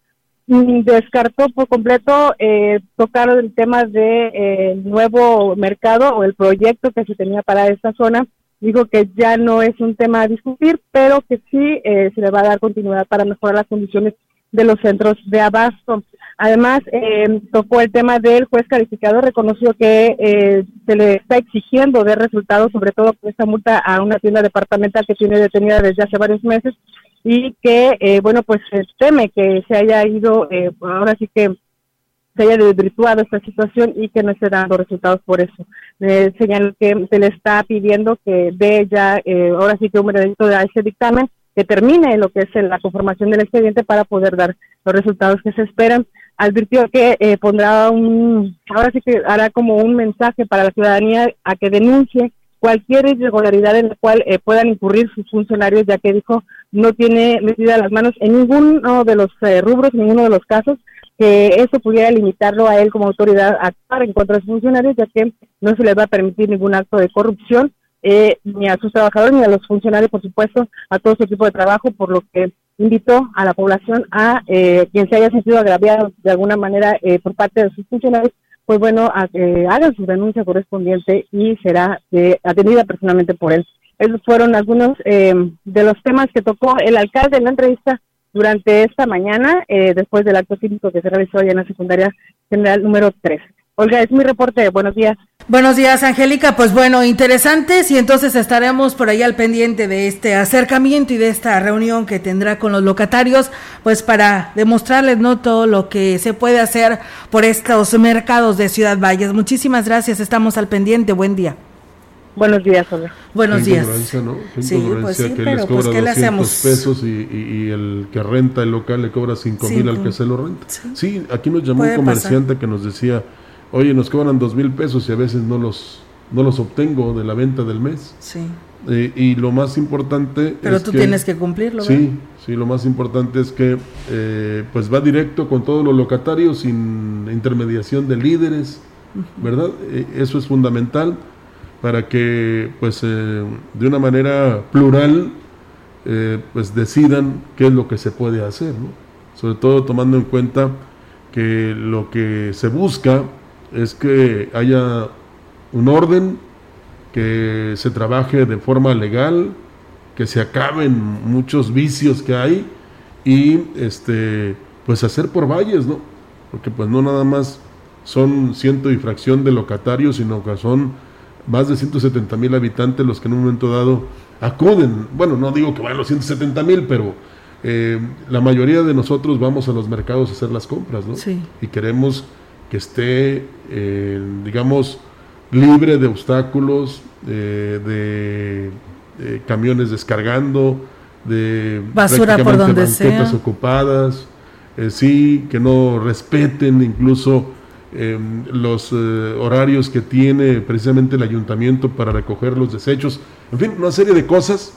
Descartó por completo eh, tocar el tema de eh, nuevo mercado o el proyecto que se tenía para esta zona. Dijo que ya no es un tema a discutir, pero que sí eh, se le va a dar continuidad para mejorar las condiciones de los centros de abasto. Además, eh, tocó el tema del juez calificador, reconoció que eh, se le está exigiendo de resultados, sobre todo con esta multa a una tienda departamental que tiene detenida desde hace varios meses, y que, eh, bueno, pues se teme que se haya ido, eh, ahora sí que se haya desvirtuado esta situación y que no esté dando resultados por eso. Eh, señaló que se le está pidiendo que dé ya, eh, ahora sí que un veredicto de ese dictamen, que termine lo que es la conformación del expediente para poder dar los resultados que se esperan. Advirtió que eh, pondrá un, ahora sí que hará como un mensaje para la ciudadanía a que denuncie cualquier irregularidad en la cual eh, puedan incurrir sus funcionarios, ya que dijo no tiene metida las manos en ninguno de los eh, rubros, en ninguno de los casos, que eso pudiera limitarlo a él como autoridad a actuar en contra de sus funcionarios, ya que no se les va a permitir ningún acto de corrupción, eh, ni a sus trabajadores, ni a los funcionarios, por supuesto, a todo su equipo de trabajo, por lo que invitó a la población a eh, quien se haya sentido agraviado de alguna manera eh, por parte de sus funcionarios, pues bueno, a que hagan su denuncia correspondiente y será eh, atendida personalmente por él. Esos fueron algunos eh, de los temas que tocó el alcalde en la entrevista durante esta mañana, eh, después del acto cívico que se realizó allá en la secundaria general número tres. Olga, es mi reporte. Buenos días. Buenos días, Angélica. Pues bueno, interesantes, y entonces estaremos por ahí al pendiente de este acercamiento y de esta reunión que tendrá con los locatarios, pues para demostrarles, ¿no?, todo lo que se puede hacer por estos mercados de Ciudad Valles. Muchísimas gracias, estamos al pendiente. Buen día. Buenos días, Olga. Buenos días. ¿No? Sí, pues sí, que pero les cobra pues ¿qué le hacemos? pesos y, y, y el que renta el local le cobra cinco mil al que se lo renta. Sí, sí, aquí nos llamó un comerciante pasar. que nos decía, oye, nos cobran dos mil pesos y a veces no los no los obtengo de la venta del mes. Sí. Eh, y lo más importante pero es tú que, tienes que cumplirlo, sí, ¿verdad? Sí, lo más importante es que eh, pues va directo con todos los locatarios sin intermediación de líderes, uh-huh. ¿verdad? Eh, eso es fundamental para que pues eh, de una manera plural eh, pues decidan qué es lo que se puede hacer, ¿no? Sobre todo tomando en cuenta que lo que se busca es que haya un orden, que se trabaje de forma legal, que se acaben muchos vicios que hay y este pues hacer por valles, ¿no? Porque pues no nada más son ciento y fracción de locatarios, sino que son más de ciento setenta mil habitantes los que en un momento dado acuden. Bueno, no digo que vayan los ciento setenta mil, pero eh, la mayoría de nosotros vamos a los mercados a hacer las compras, ¿no? Sí. Y queremos que esté, eh, digamos, libre de obstáculos, eh, de, de camiones descargando, de basura por donde banquetas sea. ocupadas, eh, sí, que no respeten incluso Eh, los eh, horarios que tiene precisamente el ayuntamiento para recoger los desechos, en fin, una serie de cosas,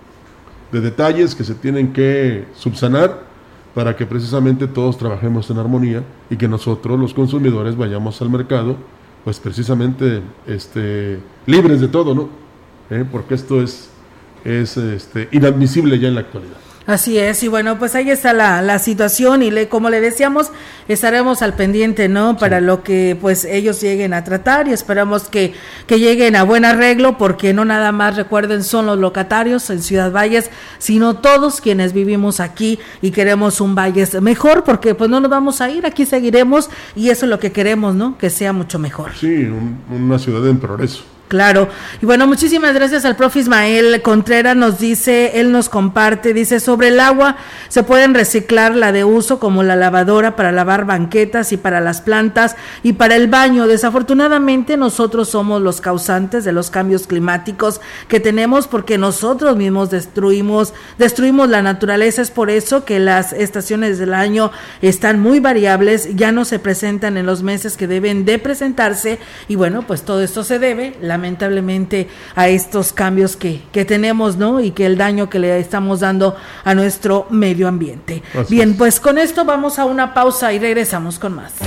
de detalles que se tienen que subsanar para que precisamente todos trabajemos en armonía y que nosotros los consumidores vayamos al mercado pues precisamente este, libres de todo, ¿no? ¿Eh? Porque esto es, es este, inadmisible ya en la actualidad. Así es, y bueno, pues ahí está la, la situación y le, como le decíamos, estaremos al pendiente, ¿no? Para sí. lo que pues ellos lleguen a tratar y esperamos que, que lleguen a buen arreglo, porque no nada más, recuerden, son los locatarios en Ciudad Valles, sino todos quienes vivimos aquí y queremos un Valles mejor, porque pues no nos vamos a ir, aquí seguiremos y eso es lo que queremos, ¿no? Que sea mucho mejor. Sí, un, una ciudad en progreso. Claro, y bueno, muchísimas gracias al profe Ismael Contreras, nos dice, él nos comparte, dice, sobre el agua, se pueden reciclar la de uso como la lavadora para lavar banquetas y para las plantas y para el baño. Desafortunadamente nosotros somos los causantes de los cambios climáticos que tenemos, porque nosotros mismos destruimos, destruimos la naturaleza. Es por eso que las estaciones del año están muy variables, ya no se presentan en los meses que deben de presentarse, y bueno, pues todo esto se debe, la lamentablemente, a estos cambios que, que tenemos, ¿no? Y que el daño que le estamos dando a nuestro medio ambiente. Así Bien, es. Pues con esto vamos a una pausa y regresamos con más.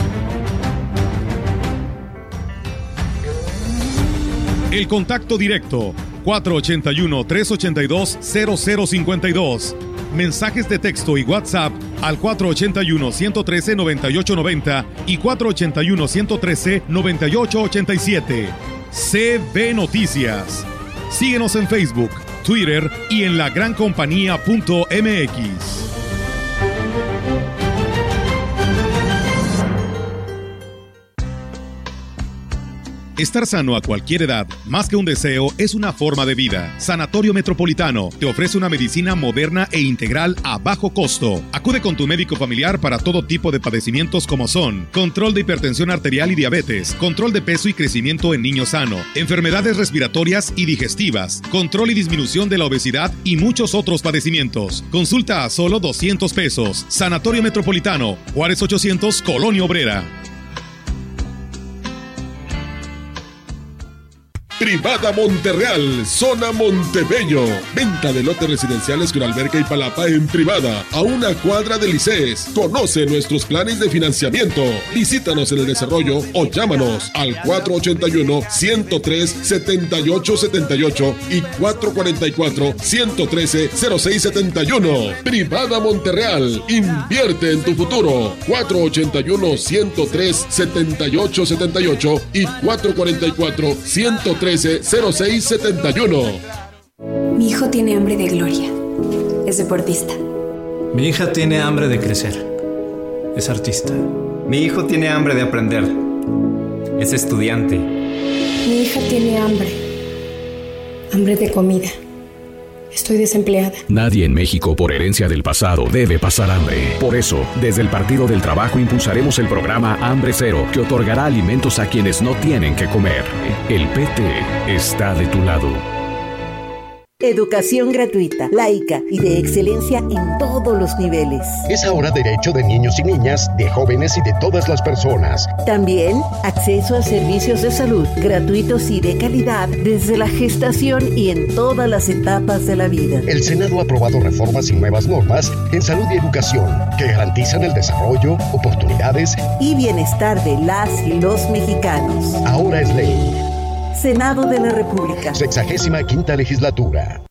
El contacto directo cuatro ochenta y uno, trescientos ochenta y dos, cero cero cincuenta y dos. Mensajes de texto y WhatsApp al cuatro ochenta y uno, ciento trece, noventa y ocho noventa y cuatro ochenta y uno, ciento trece, noventa y ocho ochenta y siete. C B Noticias. Síguenos en Facebook, Twitter y en la gran compañía punto m x. Estar sano a cualquier edad, más que un deseo, es una forma de vida. Sanatorio Metropolitano te ofrece una medicina moderna e integral a bajo costo. Acude con tu médico familiar para todo tipo de padecimientos como son control de hipertensión arterial y diabetes, control de peso y crecimiento en niño sano, enfermedades respiratorias y digestivas, control y disminución de la obesidad y muchos otros padecimientos. Consulta a solo doscientos pesos. Sanatorio Metropolitano, Juárez ochocientos, Colonia Obrera. Privada Monterreal, zona Montebello. Venta de lotes residenciales con alberca y palapa en privada, a una cuadra del Licés. Conoce nuestros planes de financiamiento. Visítanos en el desarrollo o llámanos al cuatro ochenta y uno, ciento tres, setenta y ocho setenta y ocho y cuatro cuarenta y cuatro, ciento trece, cero seis setenta y uno. Privada Monterreal, invierte en tu futuro. cuatro ochenta y uno, ciento tres, setenta y ocho setenta y ocho y cuatro cuarenta y cuatro, ciento trece, cero seis setenta y uno. Mi hijo tiene hambre de gloria. Es deportista. Mi hija tiene hambre de crecer. Es artista. Mi hijo tiene hambre de aprender. es estudiante. Mi hija tiene hambre. Hambre de comida. Estoy desempleada. Nadie en México, por herencia del pasado, debe pasar hambre. Por eso, desde el Partido del Trabajo impulsaremos el programa Hambre Cero, que otorgará alimentos a quienes no tienen que comer. El P T está de tu lado. Educación gratuita, laica y de excelencia en todos los niveles. Es ahora derecho de niños y niñas, de jóvenes y de todas las personas. También acceso a servicios de salud gratuitos y de calidad desde la gestación y en todas las etapas de la vida. El Senado ha aprobado reformas y nuevas normas en salud y educación que garantizan el desarrollo, oportunidades y bienestar de las y los mexicanos. Ahora es ley. Senado de la República. Sexagésima quinta legislatura.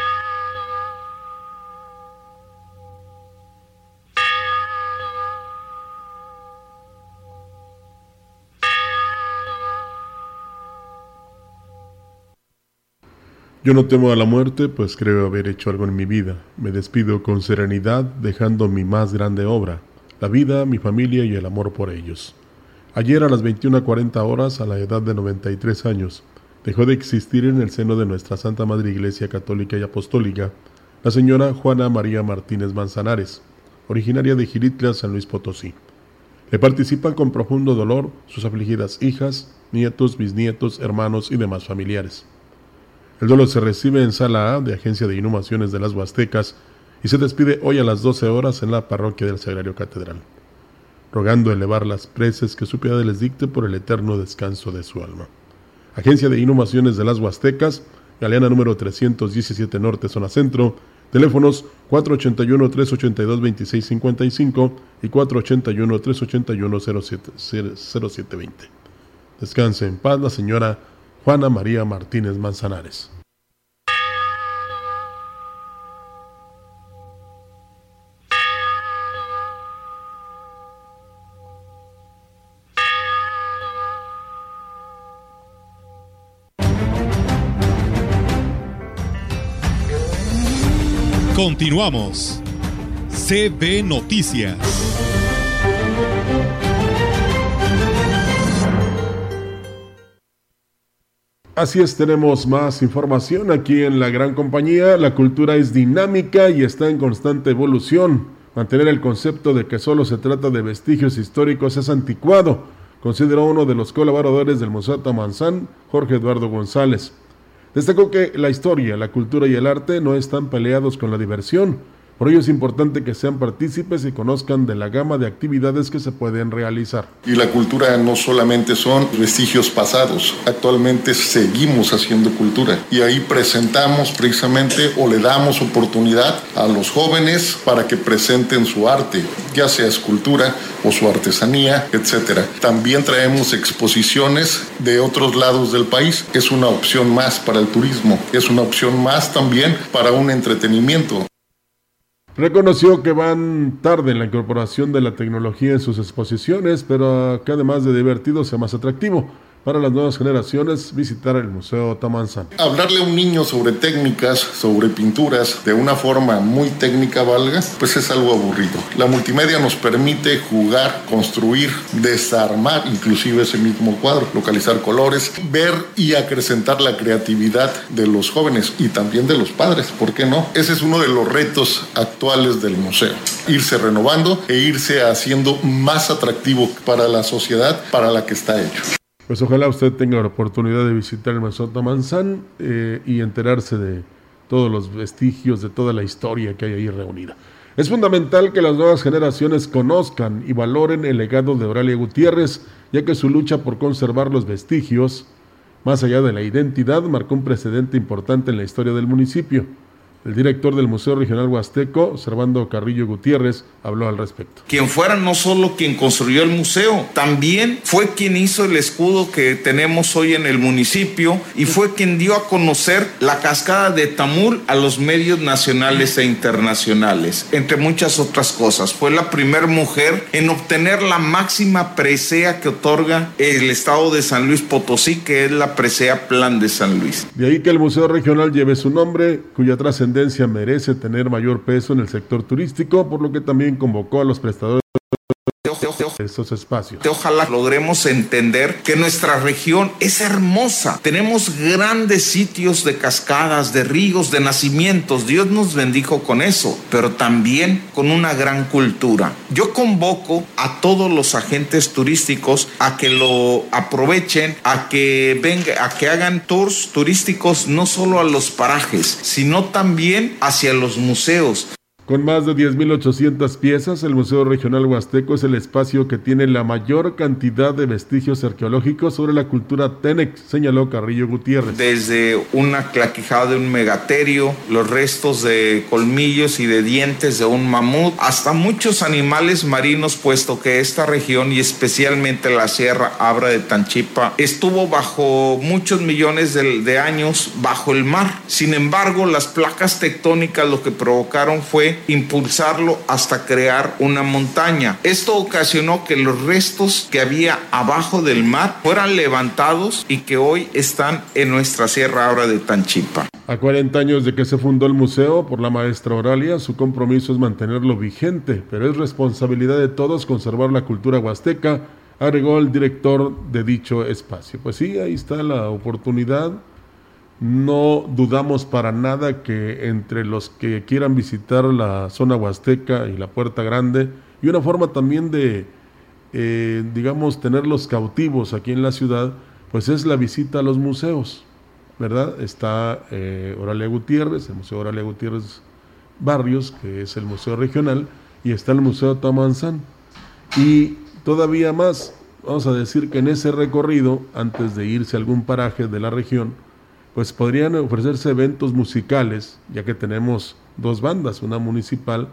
Yo no temo a la muerte, pues creo haber hecho algo en mi vida. Me despido con serenidad, dejando mi más grande obra, la vida, mi familia y el amor por ellos. Ayer a las veintiuna cuarenta horas, a la edad de noventa y tres años, dejó de existir en el seno de nuestra Santa Madre Iglesia Católica y Apostólica la señora Juana María Martínez Manzanares, originaria de Xilitla, San Luis Potosí. Le participan con profundo dolor sus afligidas hijas, nietos, bisnietos, hermanos y demás familiares. El duelo se recibe en Sala A de Agencia de Inhumaciones de las Huastecas y se despide hoy a las doce horas en la parroquia del Sagrario Catedral, rogando elevar las preces que su piedad les dicte por el eterno descanso de su alma. Agencia de Inhumaciones de las Huastecas, Galeana número trescientos diecisiete Norte, Zona Centro, teléfonos cuatro ochenta y uno, tres ochenta y dos, veintiséis cincuenta y cinco y cuatro ochenta y uno, tres ochenta y uno, cero siete veinte. Descanse en paz la señora Juana María Martínez Manzanares. Continuamos. C B Noticias. Así es, tenemos más información aquí en la gran compañía. La cultura es dinámica y está en constante evolución. Mantener el concepto de que solo se trata de vestigios históricos es anticuado, consideró uno de los colaboradores del Museo Tamanzán, Jorge Eduardo González. Destacó que la historia, la cultura y el arte no están peleados con la diversión. Por ello es importante que sean partícipes y conozcan de la gama de actividades que se pueden realizar. Y la cultura no solamente son vestigios pasados, actualmente seguimos haciendo cultura y ahí presentamos precisamente o le damos oportunidad a los jóvenes para que presenten su arte, ya sea escultura o su artesanía, etcétera. También traemos exposiciones de otros lados del país, es una opción más para el turismo, es una opción más también para un entretenimiento. Reconoció que van tarde en la incorporación de la tecnología en sus exposiciones, pero que además de divertido sea más atractivo para las nuevas generaciones visitar el Museo Tamanzán. Hablarle a un niño sobre técnicas, sobre pinturas, de una forma muy técnica valga, pues es algo aburrido. La multimedia nos permite jugar, construir, desarmar inclusive ese mismo cuadro, localizar colores, ver y acrecentar la creatividad de los jóvenes y también de los padres, ¿por qué no? Ese es uno de los retos actuales del museo, irse renovando e irse haciendo más atractivo para la sociedad para la que está hecho. Pues ojalá usted tenga la oportunidad de visitar el Museo Tamanzán eh, y enterarse de todos los vestigios, de toda la historia que hay ahí reunida. Es fundamental que las nuevas generaciones conozcan y valoren el legado de Oralia Gutiérrez, ya que su lucha por conservar los vestigios, más allá de la identidad, marcó un precedente importante en la historia del municipio. El director del Museo Regional Huasteco, Servando Carrillo Gutiérrez, habló al respecto. Quien fuera no solo quien construyó el museo, también fue quien hizo el escudo que tenemos hoy en el municipio y fue quien dio a conocer la cascada de Tamul a los medios nacionales e internacionales, entre muchas otras cosas. Fue la primera mujer en obtener la máxima presea que otorga el estado de San Luis Potosí, que es la presea Plan de San Luis. De ahí que el Museo Regional lleve su nombre, cuya trascendencia merece tener mayor peso en el sector turístico, por lo que también convocó a los prestadores estos espacios. Ojalá logremos entender que nuestra región es hermosa. Tenemos grandes sitios de cascadas, de ríos, de nacimientos. Dios nos bendijo con eso, pero también con una gran cultura. Yo convoco a todos los agentes turísticos a que lo aprovechen, a que venga, a que hagan tours turísticos no solo a los parajes, sino también hacia los museos. Con más de diez mil ochocientas piezas, el Museo Regional Huasteco es el espacio que tiene la mayor cantidad de vestigios arqueológicos sobre la cultura Tenec, señaló Carrillo Gutiérrez. Desde una claquijada de un megaterio, los restos de colmillos y de dientes de un mamut, hasta muchos animales marinos, puesto que esta región y especialmente la Sierra Abra de Tanchipa estuvo bajo muchos millones de, de años bajo el mar. Sin embargo, las placas tectónicas lo que provocaron fue impulsarlo hasta crear una montaña. Esto ocasionó que los restos que había abajo del mar fueran levantados y que hoy están en nuestra Sierra Abra de Tanchipa. A cuarenta años de que se fundó el museo por la maestra Oralia, su compromiso es mantenerlo vigente, pero es responsabilidad de todos conservar la cultura huasteca, agregó el director de dicho espacio. Pues sí, ahí está la oportunidad. No dudamos para nada que entre los que quieran visitar la zona huasteca y la Puerta Grande, y una forma también de, eh, digamos, tenerlos cautivos aquí en la ciudad, pues es la visita a los museos, ¿verdad? Está eh, Oralia Gutiérrez, el Museo Oralia Gutiérrez Barrios, que es el Museo Regional, y está el Museo Tamanzán. Y todavía más, vamos a decir que en ese recorrido, antes de irse a algún paraje de la región, pues podrían ofrecerse eventos musicales, ya que tenemos dos bandas, una municipal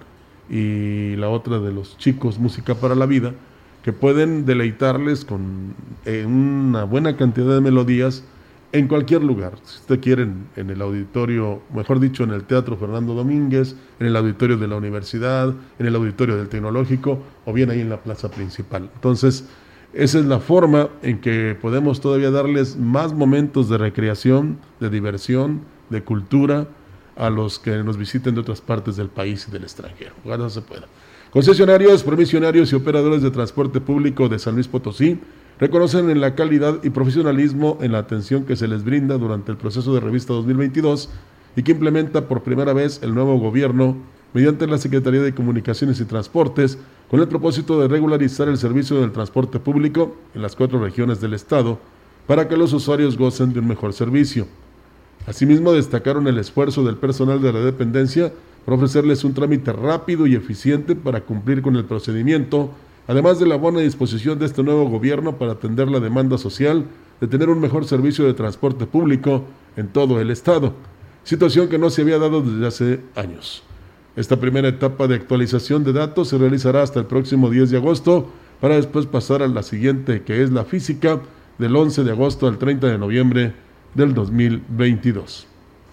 y la otra de los chicos Música para la Vida, que pueden deleitarles con eh, una buena cantidad de melodías en cualquier lugar. Si usted quiere, en, en el auditorio, mejor dicho, en el Teatro Fernando Domínguez, en el auditorio de la universidad, en el auditorio del Tecnológico, o bien ahí en la plaza principal. Entonces, esa es la forma en que podemos todavía darles más momentos de recreación, de diversión, de cultura a los que nos visiten de otras partes del país y del extranjero. Ojalá se pueda. Concesionarios, promisionarios y operadores de transporte público de San Luis Potosí reconocen en la calidad y profesionalismo en la atención que se les brinda durante el proceso de revista dos mil veintidós y que implementa por primera vez el nuevo gobierno mediante la Secretaría de Comunicaciones y Transportes, con el propósito de regularizar el servicio del transporte público en las cuatro regiones del estado, para que los usuarios gocen de un mejor servicio. Asimismo, destacaron el esfuerzo del personal de la dependencia por ofrecerles un trámite rápido y eficiente para cumplir con el procedimiento, además de la buena disposición de este nuevo gobierno para atender la demanda social de tener un mejor servicio de transporte público en todo el estado, situación que no se había dado desde hace años. Esta primera etapa de actualización de datos se realizará hasta el próximo diez de agosto, para después pasar a la siguiente, que es la física, del once de agosto al treinta de noviembre del dos mil veintidós.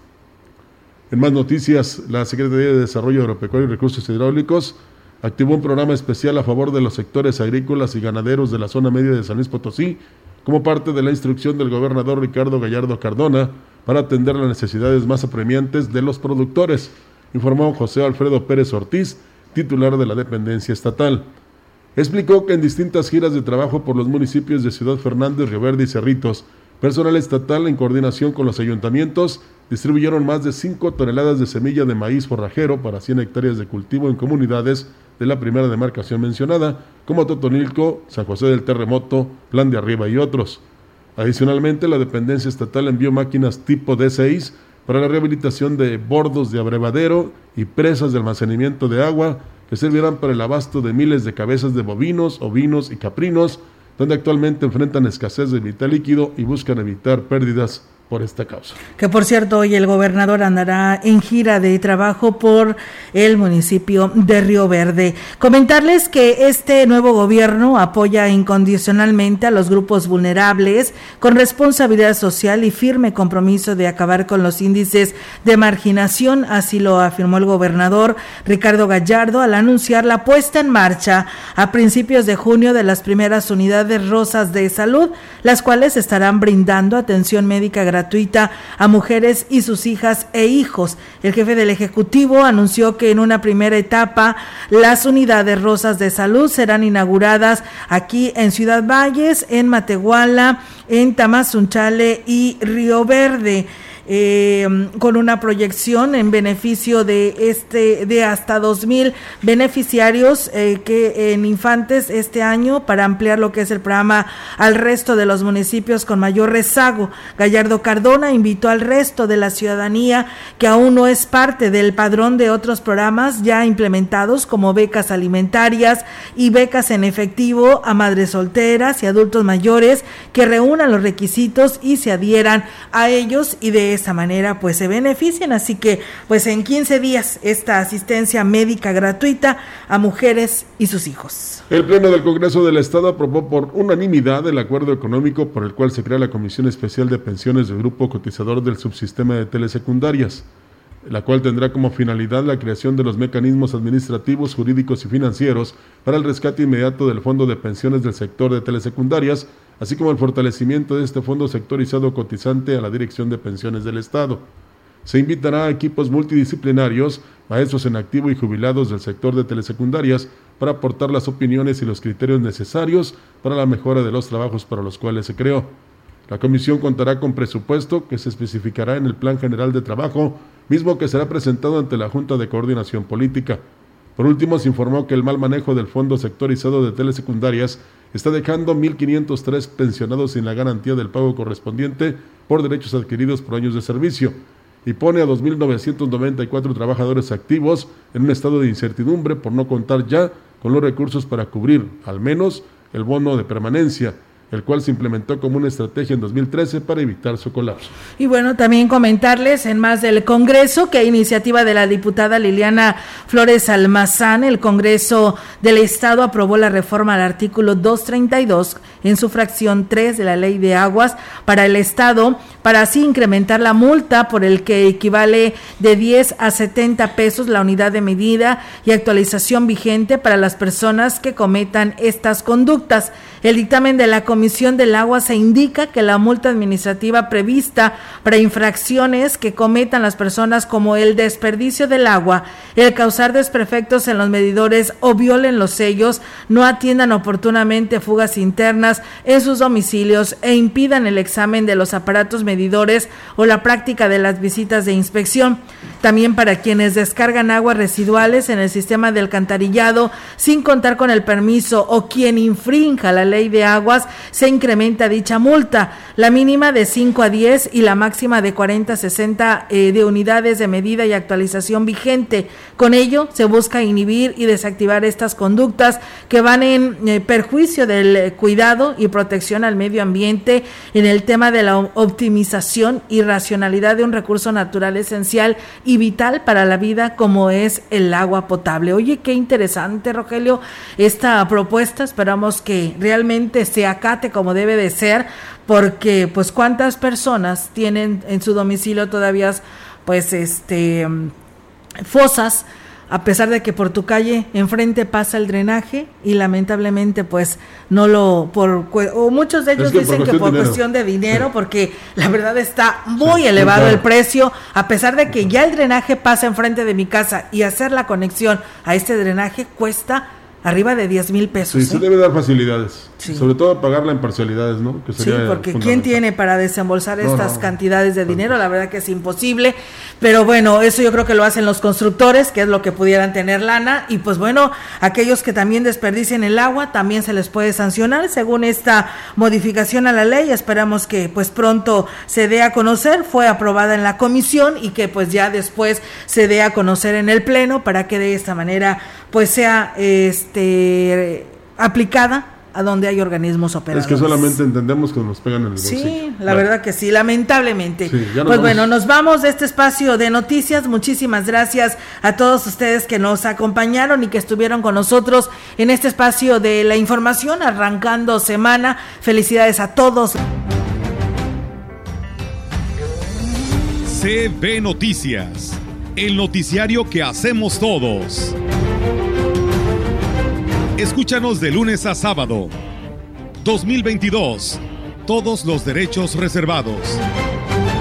En más noticias, la Secretaría de Desarrollo Agropecuario y Recursos Hidráulicos activó un programa especial a favor de los sectores agrícolas y ganaderos de la zona media de San Luis Potosí, como parte de la instrucción del gobernador Ricardo Gallardo Cardona para atender las necesidades más apremiantes de los productores, informó José Alfredo Pérez Ortiz, titular de la dependencia estatal. Explicó que en distintas giras de trabajo por los municipios de Ciudad Fernández, Río Verde y Cerritos, personal estatal en coordinación con los ayuntamientos distribuyeron más de cinco toneladas de semilla de maíz forrajero para cien hectáreas de cultivo en comunidades de la primera demarcación mencionada, como Totonilco, San José del Terremoto, Plan de Arriba y otros. Adicionalmente, la dependencia estatal envió máquinas tipo D seis para la rehabilitación de bordos de abrevadero y presas de almacenamiento de agua que servirán para el abasto de miles de cabezas de bovinos, ovinos y caprinos, donde actualmente enfrentan escasez de vital líquido y buscan evitar pérdidas por esta causa. Que por cierto, hoy el gobernador andará en gira de trabajo por el municipio de Río Verde. Comentarles que este nuevo gobierno apoya incondicionalmente a los grupos vulnerables con responsabilidad social y firme compromiso de acabar con los índices de marginación, así lo afirmó el gobernador Ricardo Gallardo al anunciar la puesta en marcha a principios de junio de las primeras unidades rosas de salud, las cuales estarán brindando atención médica gratuita gratuita a mujeres y sus hijas e hijos. El jefe del Ejecutivo anunció que en una primera etapa las unidades rosas de salud serán inauguradas aquí en Ciudad Valles, en Matehuala, en Tamazunchale y Río Verde. Eh, con una proyección en beneficio de este de hasta dos mil beneficiarios eh, que en infantes este año, para ampliar lo que es el programa al resto de los municipios con mayor rezago. Gallardo Cardona invitó al resto de la ciudadanía que aún no es parte del padrón de otros programas ya implementados, como becas alimentarias y becas en efectivo a madres solteras y adultos mayores, que reúnan los requisitos y se adhieran a ellos y de esa manera pues se benefician. Así que pues en quince días esta asistencia médica gratuita a mujeres y sus hijos. El Pleno del Congreso del Estado aprobó por unanimidad el acuerdo económico por el cual se crea la Comisión Especial de Pensiones del Grupo Cotizador del Subsistema de Telesecundarias, la cual tendrá como finalidad la creación de los mecanismos administrativos, jurídicos y financieros para el rescate inmediato del Fondo de Pensiones del sector de telesecundarias, así como el fortalecimiento de este fondo sectorizado cotizante a la Dirección de Pensiones del Estado. Se invitará a equipos multidisciplinarios, maestros en activo y jubilados del sector de telesecundarias para aportar las opiniones y los criterios necesarios para la mejora de los trabajos para los cuales se creó. La comisión contará con presupuesto que se especificará en el Plan General de Trabajo, mismo que será presentado ante la Junta de Coordinación Política. Por último, se informó que el mal manejo del fondo sectorizado de telesecundarias está dejando mil quinientos tres pensionados sin la garantía del pago correspondiente por derechos adquiridos por años de servicio y pone a dos mil novecientos noventa y cuatro trabajadores activos en un estado de incertidumbre por no contar ya con los recursos para cubrir, al menos, el bono de permanencia, el cual se implementó como una estrategia en dos mil trece para evitar su colapso. Y bueno, también comentarles en más del Congreso que a iniciativa de la diputada Liliana Flores Almazán, el Congreso del Estado aprobó la reforma al artículo doscientos treinta y dos en su fracción tres de la Ley de Aguas para el Estado, para así incrementar la multa por el que equivale de diez a setenta pesos la unidad de medida y actualización vigente para las personas que cometan estas conductas. El dictamen de la Comisión del Agua se indica que la multa administrativa prevista para infracciones que cometan las personas como el desperdicio del agua, el causar desperfectos en los medidores o violen los sellos, no atiendan oportunamente fugas internas en sus domicilios e impidan el examen de los aparatos medidores o la práctica de las visitas de inspección. También para quienes descargan aguas residuales en el sistema de alcantarillado sin contar con el permiso o quien infrinja la Ley de Aguas, se incrementa dicha multa, la mínima de cinco a diez y la máxima de cuarenta a sesenta eh, de unidades de medida y actualización vigente. Con ello se busca inhibir y desactivar estas conductas que van en eh, perjuicio del eh, cuidado y protección al medio ambiente en el tema de la optimización y racionalidad de un recurso natural esencial y vital para la vida como es el agua potable. Oye, qué interesante, Rogelio, esta propuesta. Esperamos que realmente se acate como debe de ser, porque pues cuántas personas tienen en su domicilio todavía pues este fosas, a pesar de que por tu calle enfrente pasa el drenaje y lamentablemente pues no lo, por o muchos de ellos es que dicen por que por cuestión de dinero, porque la verdad está muy sí, elevado claro. el precio, a pesar de que ya el drenaje pasa enfrente de mi casa y hacer la conexión a este drenaje cuesta arriba de diez mil pesos. Sí, ¿eh? Se debe dar facilidades, sí. Sobre todo pagarla en parcialidades, ¿no? Que sería sí, porque ¿quién tiene para desembolsar no, estas no, cantidades de dinero? La verdad que es imposible, pero bueno, eso yo creo que lo hacen los constructores, que es lo que pudieran tener lana, y pues bueno, aquellos que también desperdicien el agua, también se les puede sancionar, según esta modificación a la ley. Esperamos que pues pronto se dé a conocer, fue aprobada en la comisión, y que pues ya después se dé a conocer en el pleno, para que de esta manera pues sea este aplicada a donde hay organismos operadores. Es que solamente entendemos que nos pegan en el bolsillo. Sí, la bueno. verdad que sí, lamentablemente. Sí, pues vamos. Bueno, nos vamos de este espacio de noticias. Muchísimas gracias a todos ustedes que nos acompañaron y que estuvieron con nosotros en este espacio de la información, arrancando semana. Felicidades a todos. C B Noticias, el noticiario que hacemos todos. Escúchanos de lunes a sábado. dos mil veintidós. Todos los derechos reservados.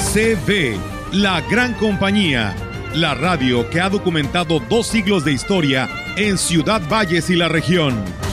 C V, la gran compañía, la radio que ha documentado dos siglos de historia en Ciudad Valles y la región.